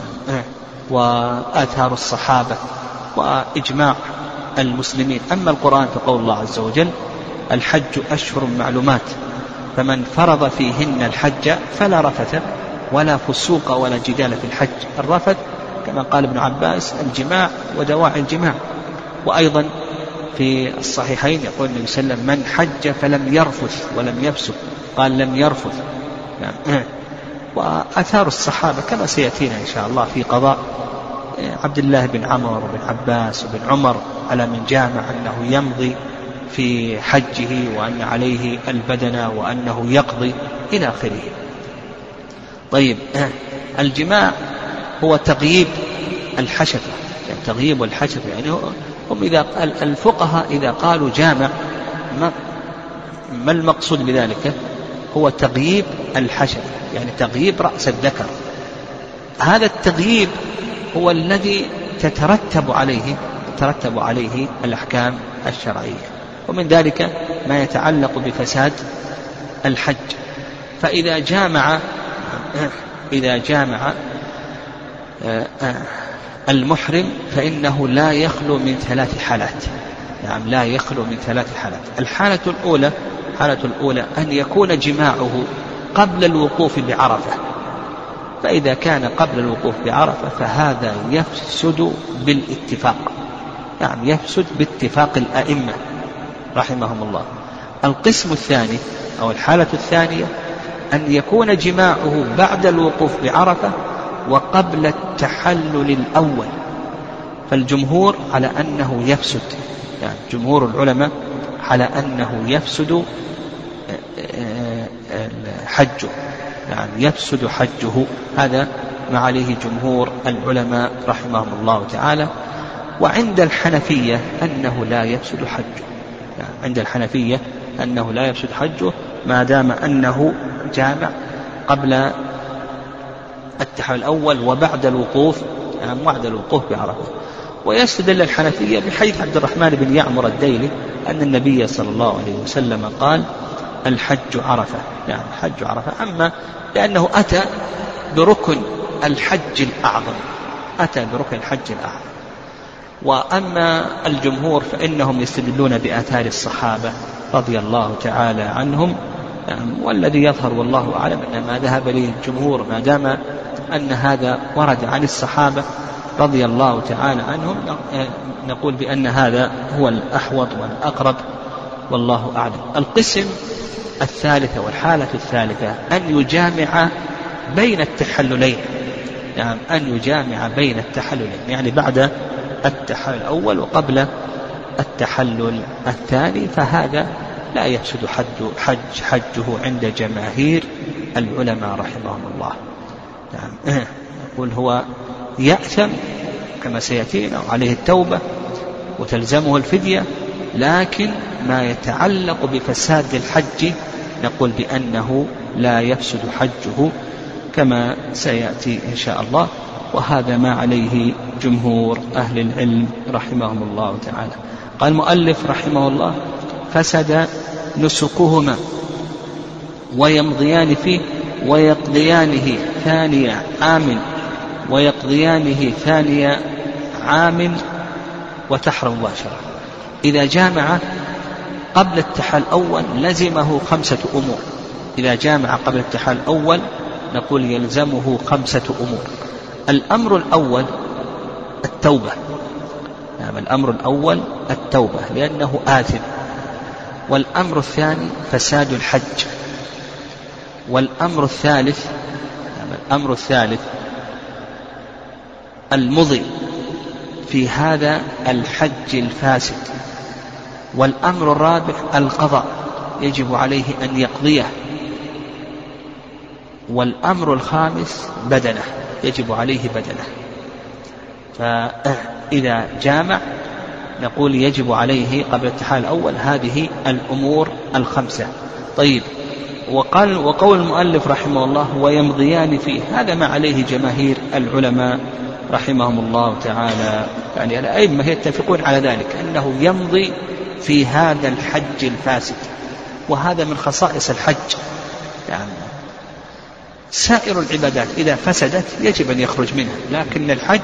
وآثار الصحابة وإجماع المسلمين. أما القرآن فقول الله عز وجل: الحج أشهر معلومات فمن فرض فيهن الحج فلا رفث ولا فسوق ولا جدال في الحج. الرفث كما قال ابن عباس الجماع ودواعي الجماع. وأيضا في الصحيحين يقول النبي صلى الله عليه وسلم: من حج فلم يرفث ولم يفسق، قال لم يرفث. وأثار الصحابة كما سيأتينا إن شاء الله في قضاء عبد الله بن عمر وبن عباس وبن عمر على من جامع أنه يمضي في حجه وأن عليه البدنة وأنه يقضي إلى آخره. طيب، الجماع هو تغييب الحشفة، يعني تغييب الحشفة، يعني هم الفقهاء إذا قالوا جامع ما المقصود بذلك؟ هو تغييب الحشفة، يعني تغييب رأس الذكر. هذا التغييب هو الذي تترتب عليه الأحكام الشرعية، ومن ذلك ما يتعلق بفساد الحج. فإذا جامع المحرم فإنه لا يخلو من 3 حالات. نعم، لا يخلو من 3 حالات. الحالة الأولى أن يكون جماعه قبل الوقوف بعرفة، فإذا كان قبل الوقوف بعرفة فهذا يفسد بالاتفاق، نعم يفسد باتفاق الأئمة رحمهم الله. القسم الثاني أو الحالة الثانية أن يكون جماعه بعد الوقوف بعرفة وقبل التحلل الأول، فالجمهور على أنه يفسد، يعني جمهور العلماء على أنه يفسد حجه، يعني يفسد حجه. هذا ما عليه جمهور العلماء رحمهم الله تعالى. وعند الحنفية أنه لا يفسد حجه، يعني عند الحنفية أنه لا يفسد حجه ما دام أنه جامع قبل التحلل الأول وبعد الوقوف، يعني بعد الوقوف بعرفة. ويستدل الحنفية بحديث عبد الرحمن بن يعمر الديلي أن النبي صلى الله عليه وسلم قال: الحج عرفة، يعني حج عرفة. أما لأنه أتى بركن الحج الأعظم، وأما الجمهور فإنهم يستدلون بآثار الصحابة رضي الله تعالى عنهم، والذي يظهر والله أعلم أن ما ذهب إليه الجمهور ما دام أن هذا ورد عن الصحابة رضي الله تعالى عنهم نقول بأن هذا هو الأحوط والأقرب والله أعلم. القسم الثالثة والحالة الثالثة أن يجامع بين التحللين، يعني أن يجامع بين التحللين، يعني بعد التحلل الأول وقبل التحلل الثاني، فهذا لا يفسد حجه عند جماهير العلماء رحمهم الله. يعني يقول هو يأثم كما سيأتينا عليه التوبة وتلزمه الفدية، لكن ما يتعلق بفساد الحج نقول بأنه لا يفسد حجه كما سيأتي إن شاء الله. وهذا ما عليه جمهور أهل العلم رحمهم الله تعالى. قال المؤلف رحمه الله: فسد نسكهما ويمضيان فيه ويقضيانه ثاني عام وتحرم مباشرة. إذا جامع قبل التحلل الأول لزمه 5 أمور. إذا جامع قبل التحلل الأول نقول يلزمه 5 أمور. الأمر الأول التوبة، يعني الأمر الأول التوبة لأنه آثم. والأمر الثاني فساد الحج. والأمر الثالث المضي في هذا الحج الفاسد. والأمر الرابع القضاء، يجب عليه أن يقضيه. والأمر الخامس بدنه، يجب عليه بدنه. فإذا جامع نقول يجب عليه قبل التحلل الأول هذه الأمور 5. طيب، وقول المؤلف رحمه الله ويمضيان فيه، هذا ما عليه جماهير العلماء رحمهم الله تعالى، يعني الأئمة يتفقون على ذلك أنه يمضي في هذا الحج الفاسد، وهذا من خصائص الحج. يعني سائر العبادات إذا فسدت يجب أن يخرج منها، لكن الحج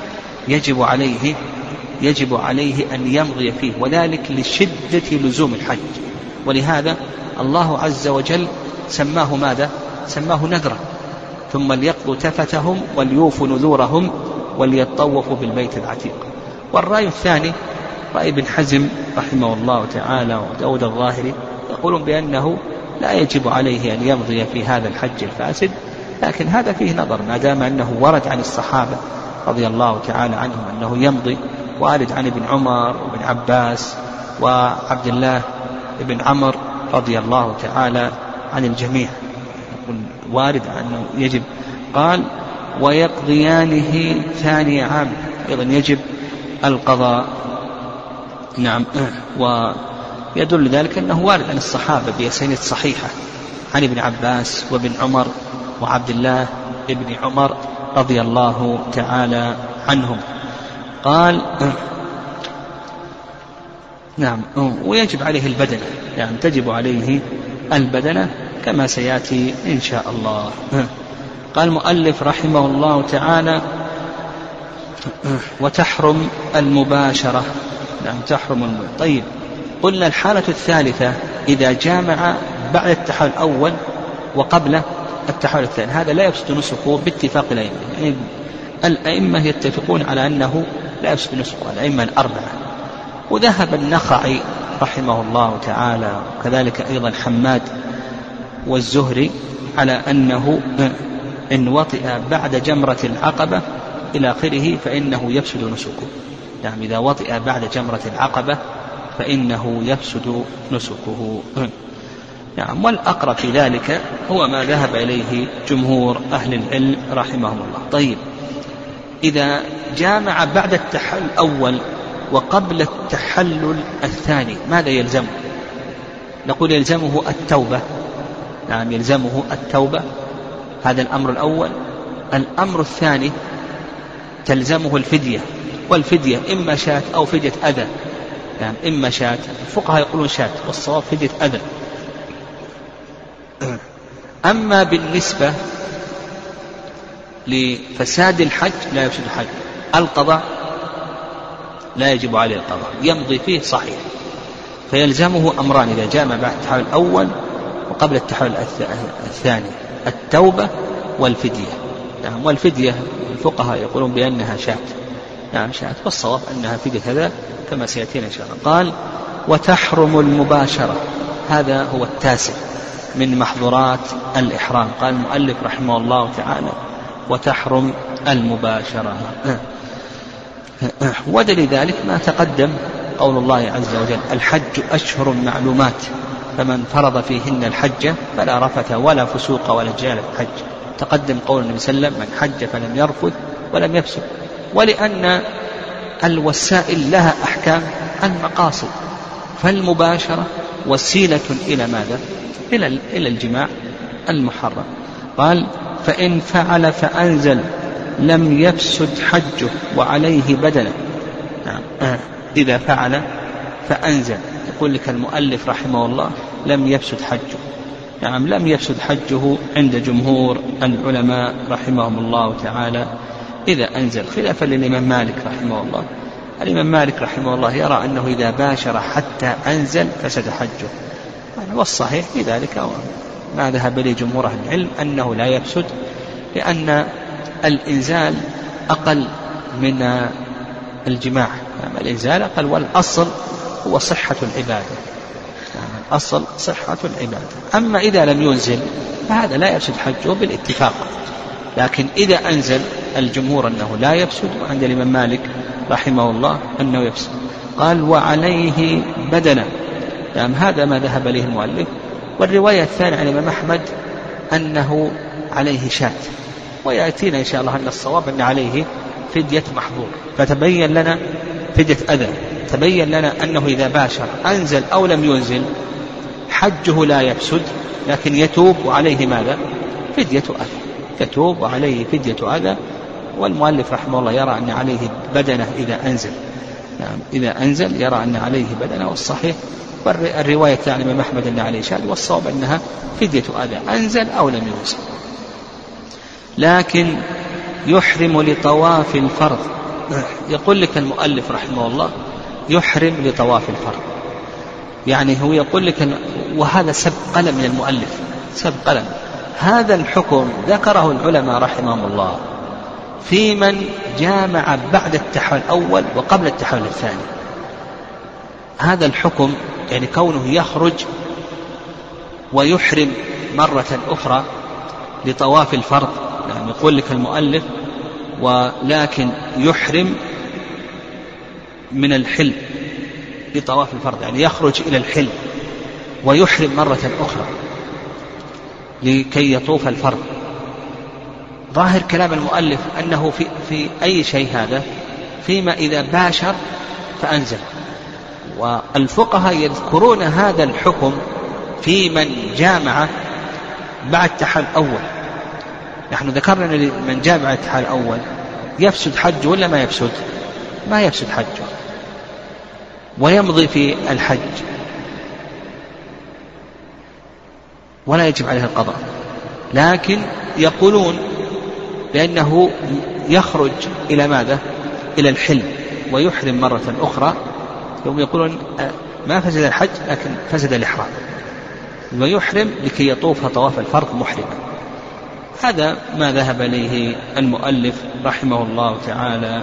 يجب عليه أن يمضي فيه، وذلك لشدة لزوم الحج. ولهذا الله عز وجل سماه ماذا؟ سماه نذرا. ثم ليقضوا تفتهم وليوفوا نذورهم وليطوفوا بالبيت العتيق. والرأي الثاني رأي ابن حزم رحمه الله تعالى وداود الظاهري، يقولون بأنه لا يجب عليه أن يمضي في هذا الحج الفاسد، لكن هذا فيه نظر، ما دام أنه ورد عن الصحابة رضي الله تعالى عنهم أنه يمضي، وارد عن ابن عمر وابن عباس وعبد الله ابن عمر رضي الله تعالى عن الجميع، وارد أنه يجب. قال ويقضيانه ثاني عام، أيضا يجب القضاء. نعم. ويدل ذلك أنه وارد عن الصحابة بأسانيد صحيحة عن ابن عباس وابن عمر وعبد الله ابن عمر رضي الله تعالى عنهم. قال نعم ويجب عليه البدنة، يعني تجب عليه البدنة كما سيأتي إن شاء الله. قال المؤلف رحمه الله تعالى وتحرم المباشرة. نعم تحرم طيب، قلنا الحالة الثالثة إذا جامع بعد التحول الأول وقبل التحول الثاني، هذا لا يفسد نسكه باتفاق الأئمة. يعني الأئمة يتفقون على أنه لا يفسد نسكه، الأئمة الأربعة. وذهب النخعي رحمه الله تعالى وكذلك أيضا حماد والزهري على أنه إن وطئ بعد جمرة العقبة إلى آخره فإنه يفسد نسكه. يعني إذا وطئ بعد جمرة العقبة فإنه يفسد نسكه. نعم. والأقرب في ذلك هو ما ذهب إليه جمهور أهل العلم رحمهم الله. طيب، إذا جامع بعد التحلل الأول وقبل التحلل الثاني ماذا يلزمه؟ نقول يلزمه التوبة. نعم يلزمه التوبة، هذا الأمر الأول. الأمر الثاني تلزمه الفدية، والفدية إما شاة أو فدية أذى. يعني إما شاة، الفقهاء يقولون شاة والصواب فدية أذى. أما بالنسبة لفساد الحج لا يفسد الحج، القضاء لا يجب عليه القضاء، يمضي فيه صحيح. فيلزمه أمران إذا جامع بعد التحلل الأول وقبل التحلل الثاني: التوبة والفدية. نعم. والفدية الفقهاء يقولون بأنها شاة. نعم شاة، والصواب أنها فدية هذا كما سيأتينا إن شاء الله. قال وتحرم المباشرة، هذا هو التاسع من محظورات الإحرام. قال المؤلف رحمه الله تعالى وتحرم المباشرة. ودليل ذلك ما تقدم قول الله عز وجل: الحج أشهر معلومات فمن فرض فيهن الحج فلا رفث ولا فسوق ولا جدال في الحج. تقدم قول النبي صلى الله عليه وسلم: من حج فلم يرفث ولم يفسق. ولأن الوسائل لها أحكام المقاصد، فالمباشرة وسيلة إلى ماذا؟ إلى الجماع المحرم. قال: فإن فعل فأنزل لم يفسد حجه وعليه بدنه. إذا فعل فأنزل، يقول لك المؤلف رحمه الله لم يفسد حجه. نعم لم يفسد حجه عند جمهور العلماء رحمهم الله تعالى إذا أنزل، خلافا للإمام مالك رحمه الله. الإمام مالك رحمه الله يرى أنه إذا باشر حتى أنزل فسد حجه، والصحيح في ذلك ما ذهب إليه جمهور أهل العلم أنه لا يفسد، لأن الإنزال أقل من الجماع. الإنزال أقل، والأصل هو صحة العبادة. الأصل صحة العبادة. أما إذا لم ينزل فهذا لا يفسد حجه بالاتفاق، لكن إذا أنزل الجمهور أنه لا يفسد، وعند الإمام مالك رحمه الله أنه يفسد. قال: وعليه بدنه. يعني هذا ما ذهب إليه المؤلف. والرواية الثانية عن الإمام أحمد أنه عليه شاة، ويأتينا إن شاء الله أن الصواب أن عليه فدية محظور. فتبين لنا فدية أذى، تبين لنا أنه إذا باشر أنزل أو لم ينزل حجه لا يفسد لكن يتوب وعليه ماذا؟ فدية أذى، يتوب وعليه فدية أذى. والمؤلف رحمه الله يرى أن عليه بدنة إذا أنزل، يعني إذا أنزل يرى أن عليه بدنة، والصحيح والرواية عن الإمام أحمد أن عليه شاذ، والصواب أنها فدية أذى أنزل أو لم ينزل. لكن يحرم لطواف الفرض، يقول لك المؤلف رحمه الله يحرم لطواف الفرض، يعني هو يقول لك وهذا سبق قلم من المؤلف، سبق قلم. هذا الحكم ذكره العلماء رحمهم الله في من جامع بعد التحول الأول وقبل التحول الثاني. هذا الحكم يعني كونه يخرج ويحرم مرة أخرى لطواف الفرض، يعني يقول لك المؤلف ولكن يحرم من الحل لطواف الفرض، يعني يخرج إلى الحل ويحرم مرة أخرى لكي يطوف الفرض. ظاهر كلام المؤلف أنه في أي شيء هذا فيما إذا باشر فأنزل، والفقهاء يذكرون هذا الحكم في من جامع بعد التحول الأول. نحن ذكرنا من جامع التحول الأول يفسد حجه ولا ما يفسد؟ ما يفسد حجه ويمضي في الحج ولا يجب عليه القضاء، لكن يقولون بأنه يخرج إلى ماذا؟ إلى الحل ويحرم مرة أخرى. يوم يقولون ما فسد الحج لكن فسد الإحرام، ويحرم لكي يطوف طواف الفرض محرما. هذا ما ذهب إليه المؤلف رحمه الله تعالى.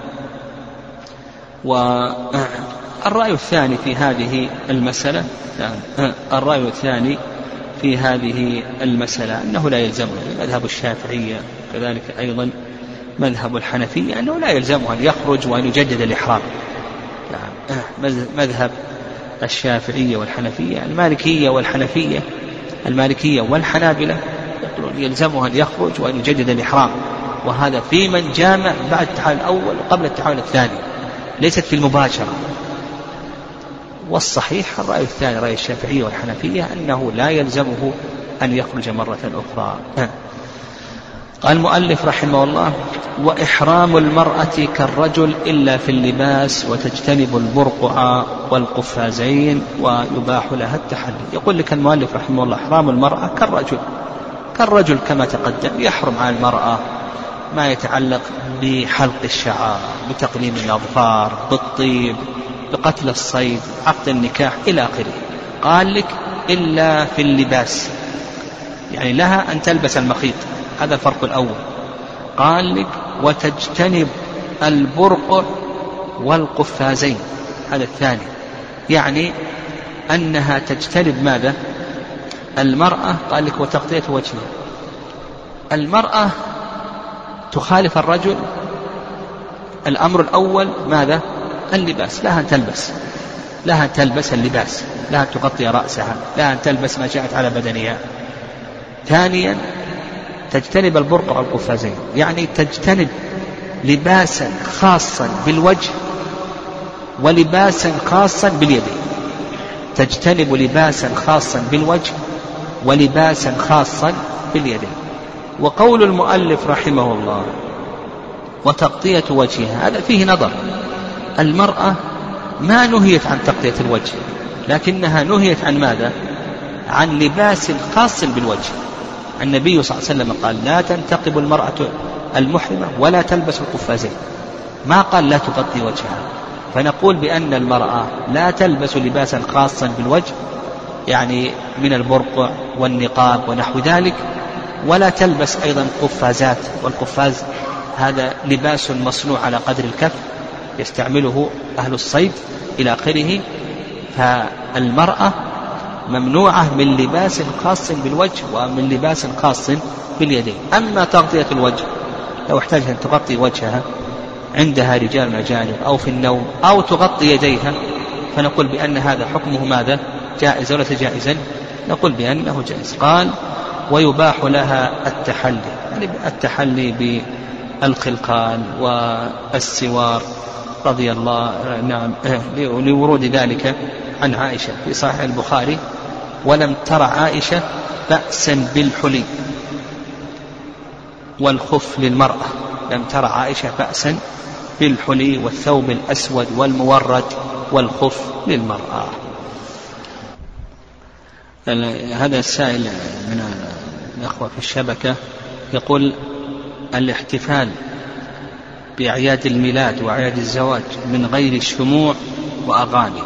والرأي الثاني في هذه المسألة، الرأي الثاني في هذه المسألة أنه لا يلزمه، مذهب الشافعية كذلك أيضا مذهب الحنفية أنه لا يلزمه أن يخرج وأن يجدد الإحرام. مذهب الشافعية والحنفية. المالكية والحنفية، المالكية والحنابلة يقولون يلزمه أن يخرج وأن يجدد الإحرام، وهذا في من جامع بعد التحول الأول وقبل التحول الثاني، ليست في المباشرة. والصحيح الرأي الثاني رأي الشافعية والحنفية أنه لا يلزمه أن يخرج مرة أخرى. قال المؤلف رحمه الله: وإحرام المرأة كالرجل إلا في اللباس، وتجتنب البرقع والقفازين، ويباح لها التحلي. يقول لك المؤلف رحمه الله إحرام المرأة كالرجل كما تقدم. يحرم على المرأة ما يتعلق بحلق الشعر، بتقليم الأظفار، بالطيب، بقتل الصيد، عقد النكاح إلى آخره. قال لك إلا في اللباس، يعني لها أن تلبس المخيط، هذا الفرق الأول. قال لك وتجتنب البرقع والقفازين، هذا الثاني، يعني أنها تجتنب ماذا؟ المرأة قال لك وتغطية وجهها. المرأة تخالف الرجل. الأمر الأول ماذا؟ اللباس، لها أن تلبس، لها أن تلبس اللباس، لها أن تغطي رأسها، لها أن تلبس ما جاءت على بدنها. ثانيا تجتنب البرقع والقفازين، يعني تجتنب لباسا خاصا بالوجه ولباسا خاصا باليدين. تجتنب لباسا خاصا بالوجه ولباسا خاصا باليدين. وقول المؤلف رحمه الله وتغطية وجهها، هذا فيه نظر. المرأة ما نهيت عن تغطية الوجه، لكنها نهيت عن ماذا؟ عن لباس خاص بالوجه. النبي صلى الله عليه وسلم قال لا تنتقب المرأة المحرمة ولا تلبس القفازين، ما قال لا تغطي وجهها. فنقول بأن المرأة لا تلبس لباسا خاصا بالوجه، يعني من البرقع والنقاب ونحو ذلك، ولا تلبس أيضا قفازات. والقفاز هذا لباس مصنوع على قدر الكف يستعمله أهل الصيد إلى آخره. فالمرأة ممنوعة من لباس خاص بالوجه ومن لباس خاص باليدين. أما تغطية الوجه، لو احتاجت أن تغطي وجهها عندها رجال أجانب أو في النوم أو تغطي يديها، فنقول بأن هذا حكمه ماذا؟ جائز ولا جائزا؟ نقول بأنه جائز. قال ويباح لها التحلي، يعني التحلي بالخلقان والسوار رضي الله لورود ذلك عن عائشة في صحيح البخاري ولم تر عائشة بأسا بالحلي والخف للمرأة. لم تر عائشة بأسا بالحلي والثوب الأسود والمورد والخف للمرأة. هذا السائل من الأخوة في الشبكة يقول: الاحتفال بأعياد الميلاد وأعياد الزواج من غير شموع وأغاني.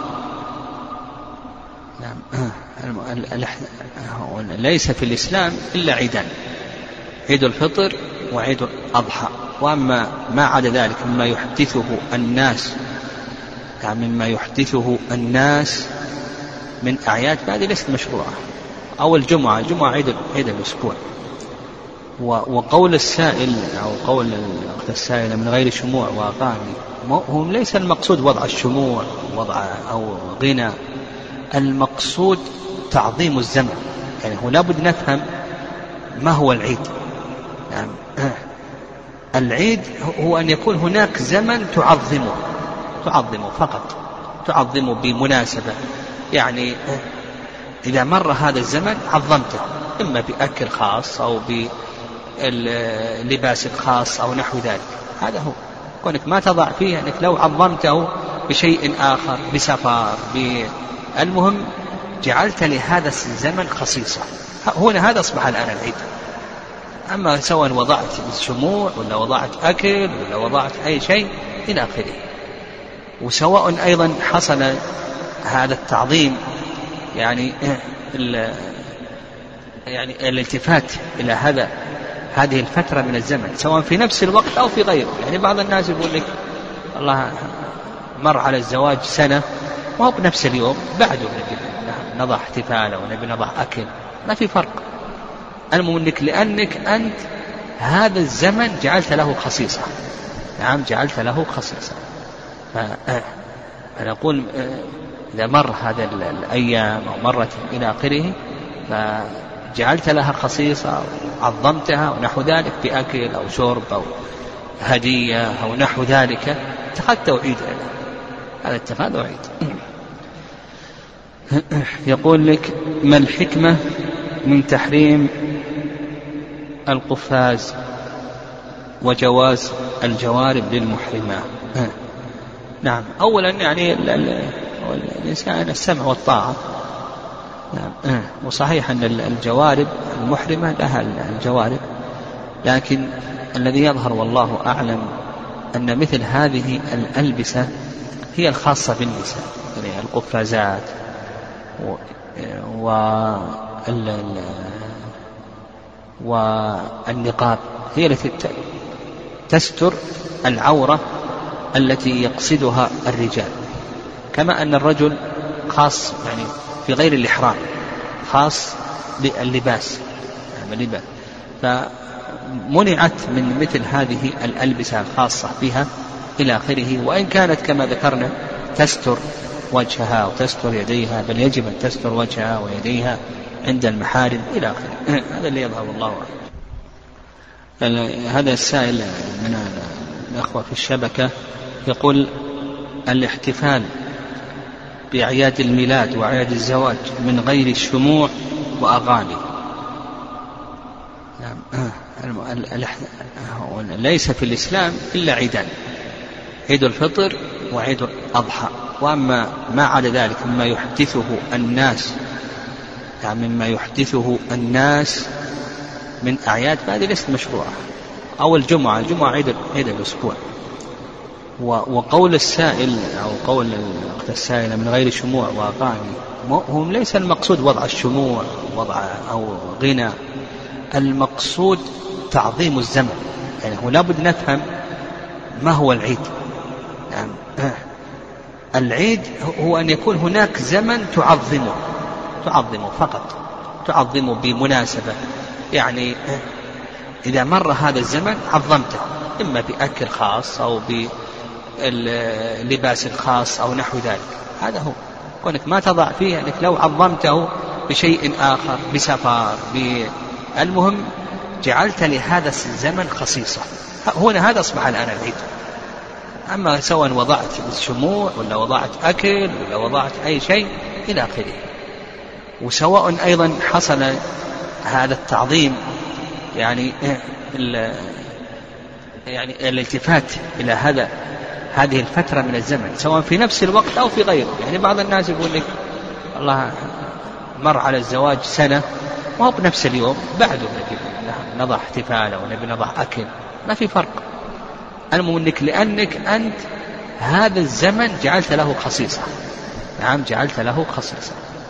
ليس في الإسلام إلا عيدان: عيد الفطر وعيد الأضحى. وأما ما عدا ذلك مما يحدثه الناس من أعياد فهذه ليست مشروعة. أو الجمعة عيد الأسبوع. وقول السائل أو قول الأخت السائلة من غير شموع وأغاني، هو ليس المقصود وضع الشموع أو غنى، المقصود تعظيم الزمن. يعني هو لابد نفهم ما هو العيد. يعني العيد هو أن يكون هناك زمن تعظمه فقط، تعظمه بمناسبة. يعني إذا مر هذا الزمن عظمته، إما بأكل خاص أو بلباس خاص أو نحو ذلك. هذا هو. كونك ما تضع فيه أنك لو عظمته بشيء آخر، بسفر، المهم جعلت لهذا الزمن خصيصة. هنا هذا أصبح الآن العيد. أما سواء وضعت شموع ولا وضعت أكل ولا وضعت أي شيء إلى آخره. وسواء أيضا حصل هذا التعظيم يعني الالتفات إلى هذه الفترة من الزمن، سواء في نفس الوقت أو في غيره. يعني بعض الناس يقول لك الله مر على الزواج سنة وهو بنفس اليوم بعده نضع احتفال ونبي نضع أكل، ما في فرق. المهم لأنك أنت هذا الزمن جعلت له خصيصة. نعم، جعلت له خصيصة. فنقول إذا مر هذا الأيام أو مرت إلى آخره فجعلت لها خصيصة وعظمتها ونحو ذلك بأكل أو شرب أو هدية أو نحو ذلك، اتخذت عيد. هذا اتخاذ عيد. يقول لك: ما الحكمة من تحريم القفاز وجواز الجوارب للمحرمات؟ نعم، أولا يعني الإنسان السمع والطاعة. نعم. وصحيح أن الجوارب المحرمة لها الجوارب، لكن الذي يظهر والله أعلم أن مثل هذه الألبسة هي الخاصة بالنساء، يعني القفازات والنقاب هي التي تستر العورة التي يقصدها الرجال، كما أن الرجل خاص يعني في غير الإحرام خاص باللباس. فمنعت من مثل هذه الألبسة الخاصة بها إلى آخره. وإن كانت كما ذكرنا تستر وجهها وتستر يديها، بل يجب أن تستر وجهها ويديها عند المحارم إلى آخره. هذا اللي يظهر الله أعلم. هذا السائل من الأخوة في الشبكة يقول: الاحتفال بأعياد الميلاد وأعياد الزواج من غير شموع وأغاني. ليس في الإسلام إلا عيدان: عيد الفطر وعيد الأضحى. وأما ما عدا ذلك مما يحدثه الناس من أعياد فهذه ليست مشروعة. أو الجمعة عيد الأسبوع. وقول السائل أو قول الأخت السائلة من غير شموع وأغاني، هو ليس المقصود وضع الشموع أو غنى، المقصود تعظيم الزمن. يعني هو لابد نفهم ما هو العيد. يعني العيد هو أن يكون هناك زمن تعظمه فقط، تعظمه بمناسبة. يعني إذا مر هذا الزمن عظمته، إما بأكل خاص أو بلباس خاص أو نحو ذلك. هذا هو. كونك ما تضع فيه أنك لو عظمته بشيء آخر، بسفر، المهم جعلت لهذا الزمن خصيصة. هنا هذا أصبح الآن العيد. أما سواء وضعت شموع ولا وضعت أكل ولا وضعت أي شيء إلى آخره. وسواء أيضا حصل هذا التعظيم يعني الالتفات إلى هذه الفترة من الزمن سواء في نفس الوقت أو في غيره. يعني بعض الناس يقول لك الله مر على الزواج سنة ما هو بنفس اليوم بعده نضع احتفال أو نبي نضع أكل، ما في فرق. المهم أنك لأنك أنت هذا الزمن جعلت له خصيصة. نعم جعلت له خصيصة.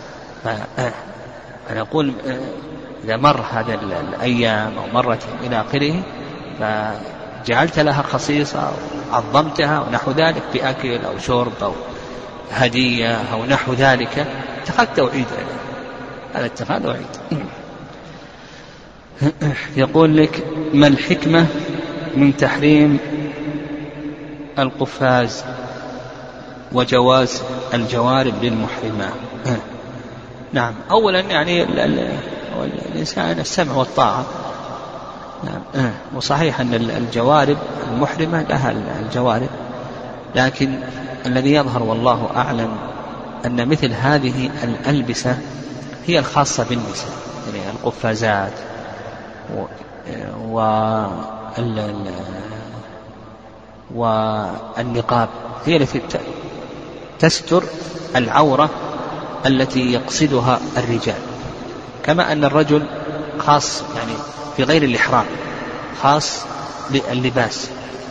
أنا أقول إذا مر هذا الأيام أو مرت إلى آخره فجعلت لها خصيصة وعظمتها ونحو ذلك بأكل أو شرب أو هدية أو نحو ذلك، اتخذت وعيد. هذا اتخاذ وعيد. يقول لك ما الحكمة من تحريم القفاز وجواز الجوارب للمحرمات؟ نعم أولا يعني الإنسان السمع والطاعة. نعم وصحيح أن الجوارب المحرمة لها الجوارب، لكن الذي يظهر والله أعلم أن مثل هذه الألبسة هي الخاصة بالنساء، يعني القفازات والنقاب هي التي تستر العورة التي يقصدها الرجال، كما أن الرجل خاص يعني في غير الإحرام خاص باللباس.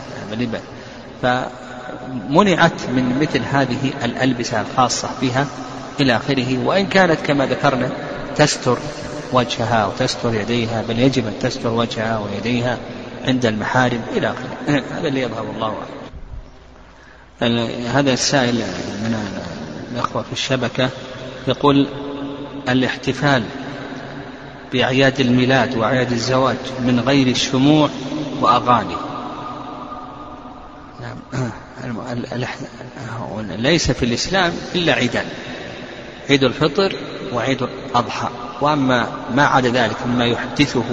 فمنعت من مثل هذه الألبسة الخاصة بها إلى آخره، وإن كانت كما ذكرنا تستر وجهها وتستر يديها، بل يجب أن تستر وجهها ويديها عند المحارم إلى آخره. هذا اللي يظهر الله أعلم. هذا السائل من الأخوة في الشبكة يقول الاحتفال بأعياد الميلاد وأعياد الزواج من غير شموع وأغاني. ليس في الإسلام إلا عيدان، عيد الفطر وعيد الأضحى، وأما ما عدا ذلك مما يحدثه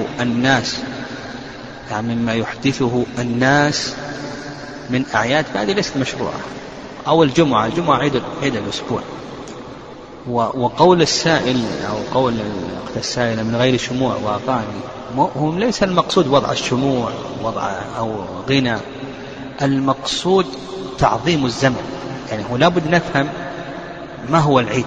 الناس من أعياد فهذه ليست مشروعة. أو الجمعة عيد الأسبوع. وقول السائل أو قول الأخت السائلة من غير شموع وأغاني، هم ليس المقصود وضع الشموع أو غنى، المقصود تعظيم الزمن. يعني هو لابد نفهم ما هو العيد.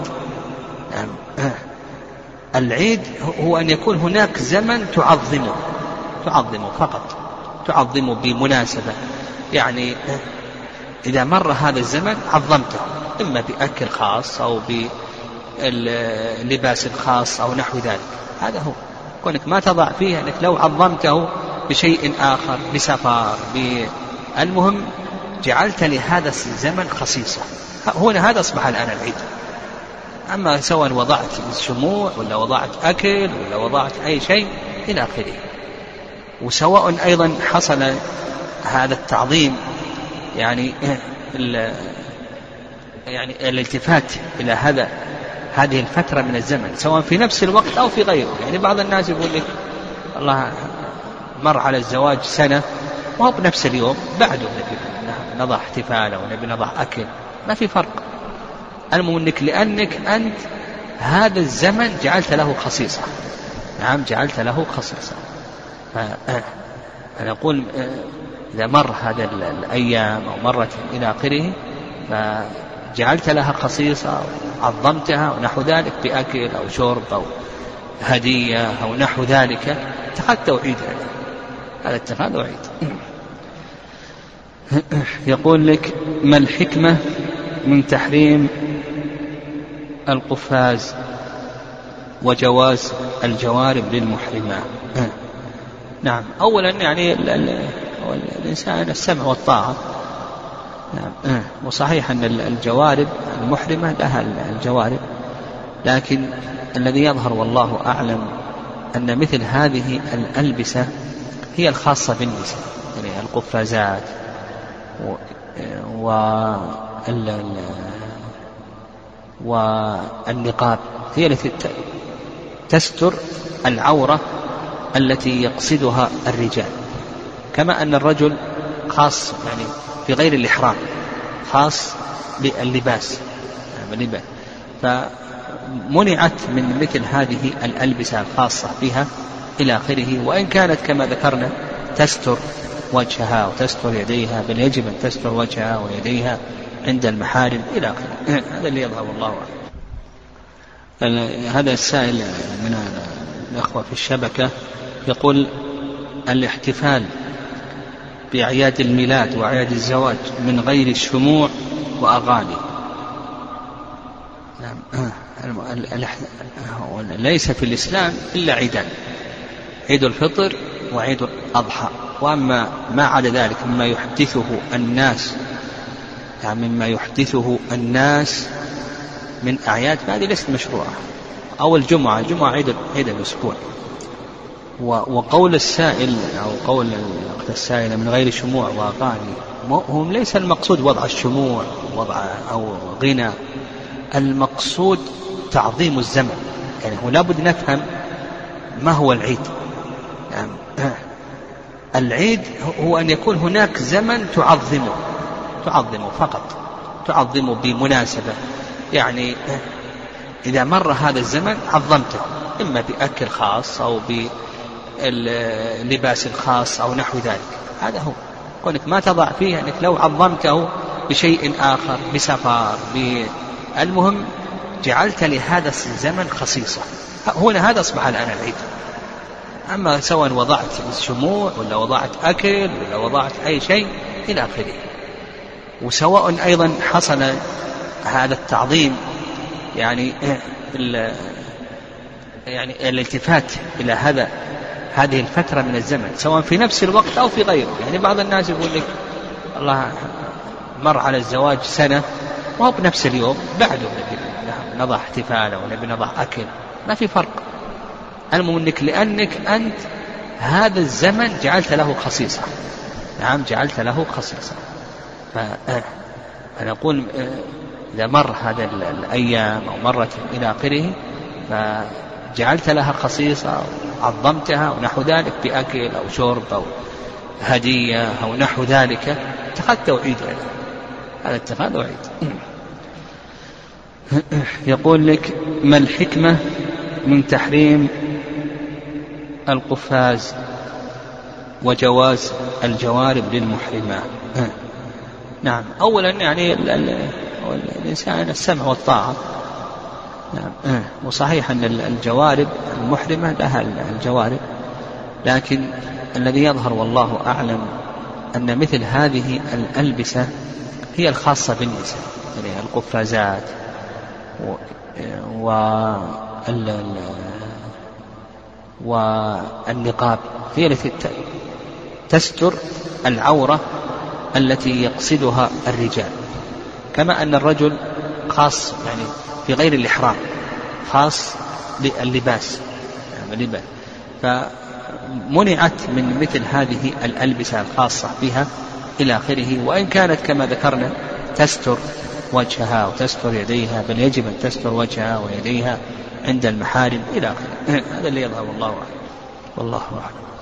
العيد هو أن يكون هناك زمن تعظمه فقط، تعظمه بمناسبة. يعني إذا مر هذا الزمن عظمته، إما بأكل خاص أو باللباس الخاص أو نحو ذلك. هذا هو كونك ما تضع فيه أنك لو عظمته بشيء آخر، بسفر، المهم جعلت لهذا الزمن خصيصة. هنا هذا أصبح الآن العيد. أما سواء وضعت الشموع ولا وضعت أكل ولا وضعت أي شيء إلى آخره. وسواء أيضا حصل هذا التعظيم يعني الالتفات إلى هذه الفترة من الزمن سواء في نفس الوقت أو في غيره. يعني بعض الناس يقول لك الله مر على الزواج سنة ما هو بنفس اليوم بعده نبي نضع احتفال أو نبي نضع أكل، ما في فرق. المهم أنك لأنك أنت هذا الزمن جعلت له خصيصة. نعم جعلت له خصيصة. أنا أقول إذا مر هذا الأيام أو مرت إلى آخره فجعلت لها خصيصة وعظمتها ونحو ذلك بأكل أو شرب أو هدية أو نحو ذلك، اتخذت وعيد. هذا اتخاذ وعيد. يقول لك ما الحكمة من تحريم القفاز وجواز الجوارب للمحرمات؟ نعم أولا يعني الإنسان السمع والطاعة. نعم وصحيح أن الجوارب المحرمة لها الجوارب، لكن الذي يظهر والله أعلم أن مثل هذه الألبسة هي الخاصة بالنساء، يعني القفازات والنقاب هي التي تستر العورة التي يقصدها الرجال، كما أن الرجل خاص يعني في غير الإحرام خاص باللباس. فمنعت من مثل هذه الألبسة الخاصة بها إلى آخره، وإن كانت كما ذكرنا تستر وجهها وتستر يديها، بل يجب أن تستر وجهها ويديها عند المحارم إلى آخره. هذا اللي يظهر الله أعلم. هذا السائل من الأخوة في الشبكة يقول: الاحتفال بأعياد الميلاد وأعياد الزواج من غير شموع وأغاني. ليس في الإسلام إلا عيدان: عيد الفطر وعيد الأضحى. وأما ما عدا ذلك مما يحدثه الناس، يعني مما يحدثه الناس من أعياد، فهذه ليست مشروعة. أو الجمعة عيد الأسبوع. وقول السائل أو قول الأخت السائلة من غير شموع وأغاني، هم ليس المقصود وضع الشموع أو غنى، المقصود تعظيم الزمن. يعني هو لابد نفهم ما هو العيد. يعني العيد هو أن يكون هناك زمن تعظمه فقط، تعظمه بمناسبة. يعني إذا مر هذا الزمن عظمته، إما بأكل خاص أو باللباس الخاص أو نحو ذلك. هذا هو كونك ما تضع فيه، أنك لو عظمته بشيء آخر، بسفر، المهم جعلت لهذا الزمن خصيصة، هنا هذا أصبح الآن العيد. أما سواء وضعت الشموع ولا وضعت أكل ولا وضعت أي شيء إلى آخره. وسواء أيضا حصل هذا التعظيم، يعني الالتفات إلى هذه الفترة من الزمن، سواء في نفس الوقت أو في غيره. يعني بعض الناس يقول لك الله مر على الزواج سنة وهو بنفس اليوم بعده نضع احتفال ونبي نضع أكل، ما في فرق. المهم أنك لأنك أنت هذا الزمن جعلت له خصيصة. نعم، جعلت له خصيصة. فنقول إذا مر هذا الأيام أو مرت إلى آخره فجعلت لها خصيصة وعظمتها ونحو ذلك بأكل أو شرب أو هدية أو نحو ذلك، اتخذته عيد. هذا اتخاذه عيد. يقول لك: ما الحكمة من تحريم القفاز وجواز الجوارب للمحرمات؟ نعم، أولا يعني الإنسان السمع والطاعة. نعم، وصحيح أن الجوارب المحرمة لها الجوارب، لكن الذي يظهر والله أعلم أن مثل هذه الألبسة هي الخاصة بالنساء، يعني القفازات والنقاب هي التي تستر العورة التي يقصدها الرجال، كما أن الرجل خاص يعني في غير الإحرام خاص باللباس. فمنعت من مثل هذه الألبسة الخاصة بها إلى آخره، وإن كانت كما ذكرنا تستر وجهها وتستر يديها، بل يجب أن تستر وجهها ويديها عند المحارم إلى آخره. هذا اللي يظهر والله أعلم.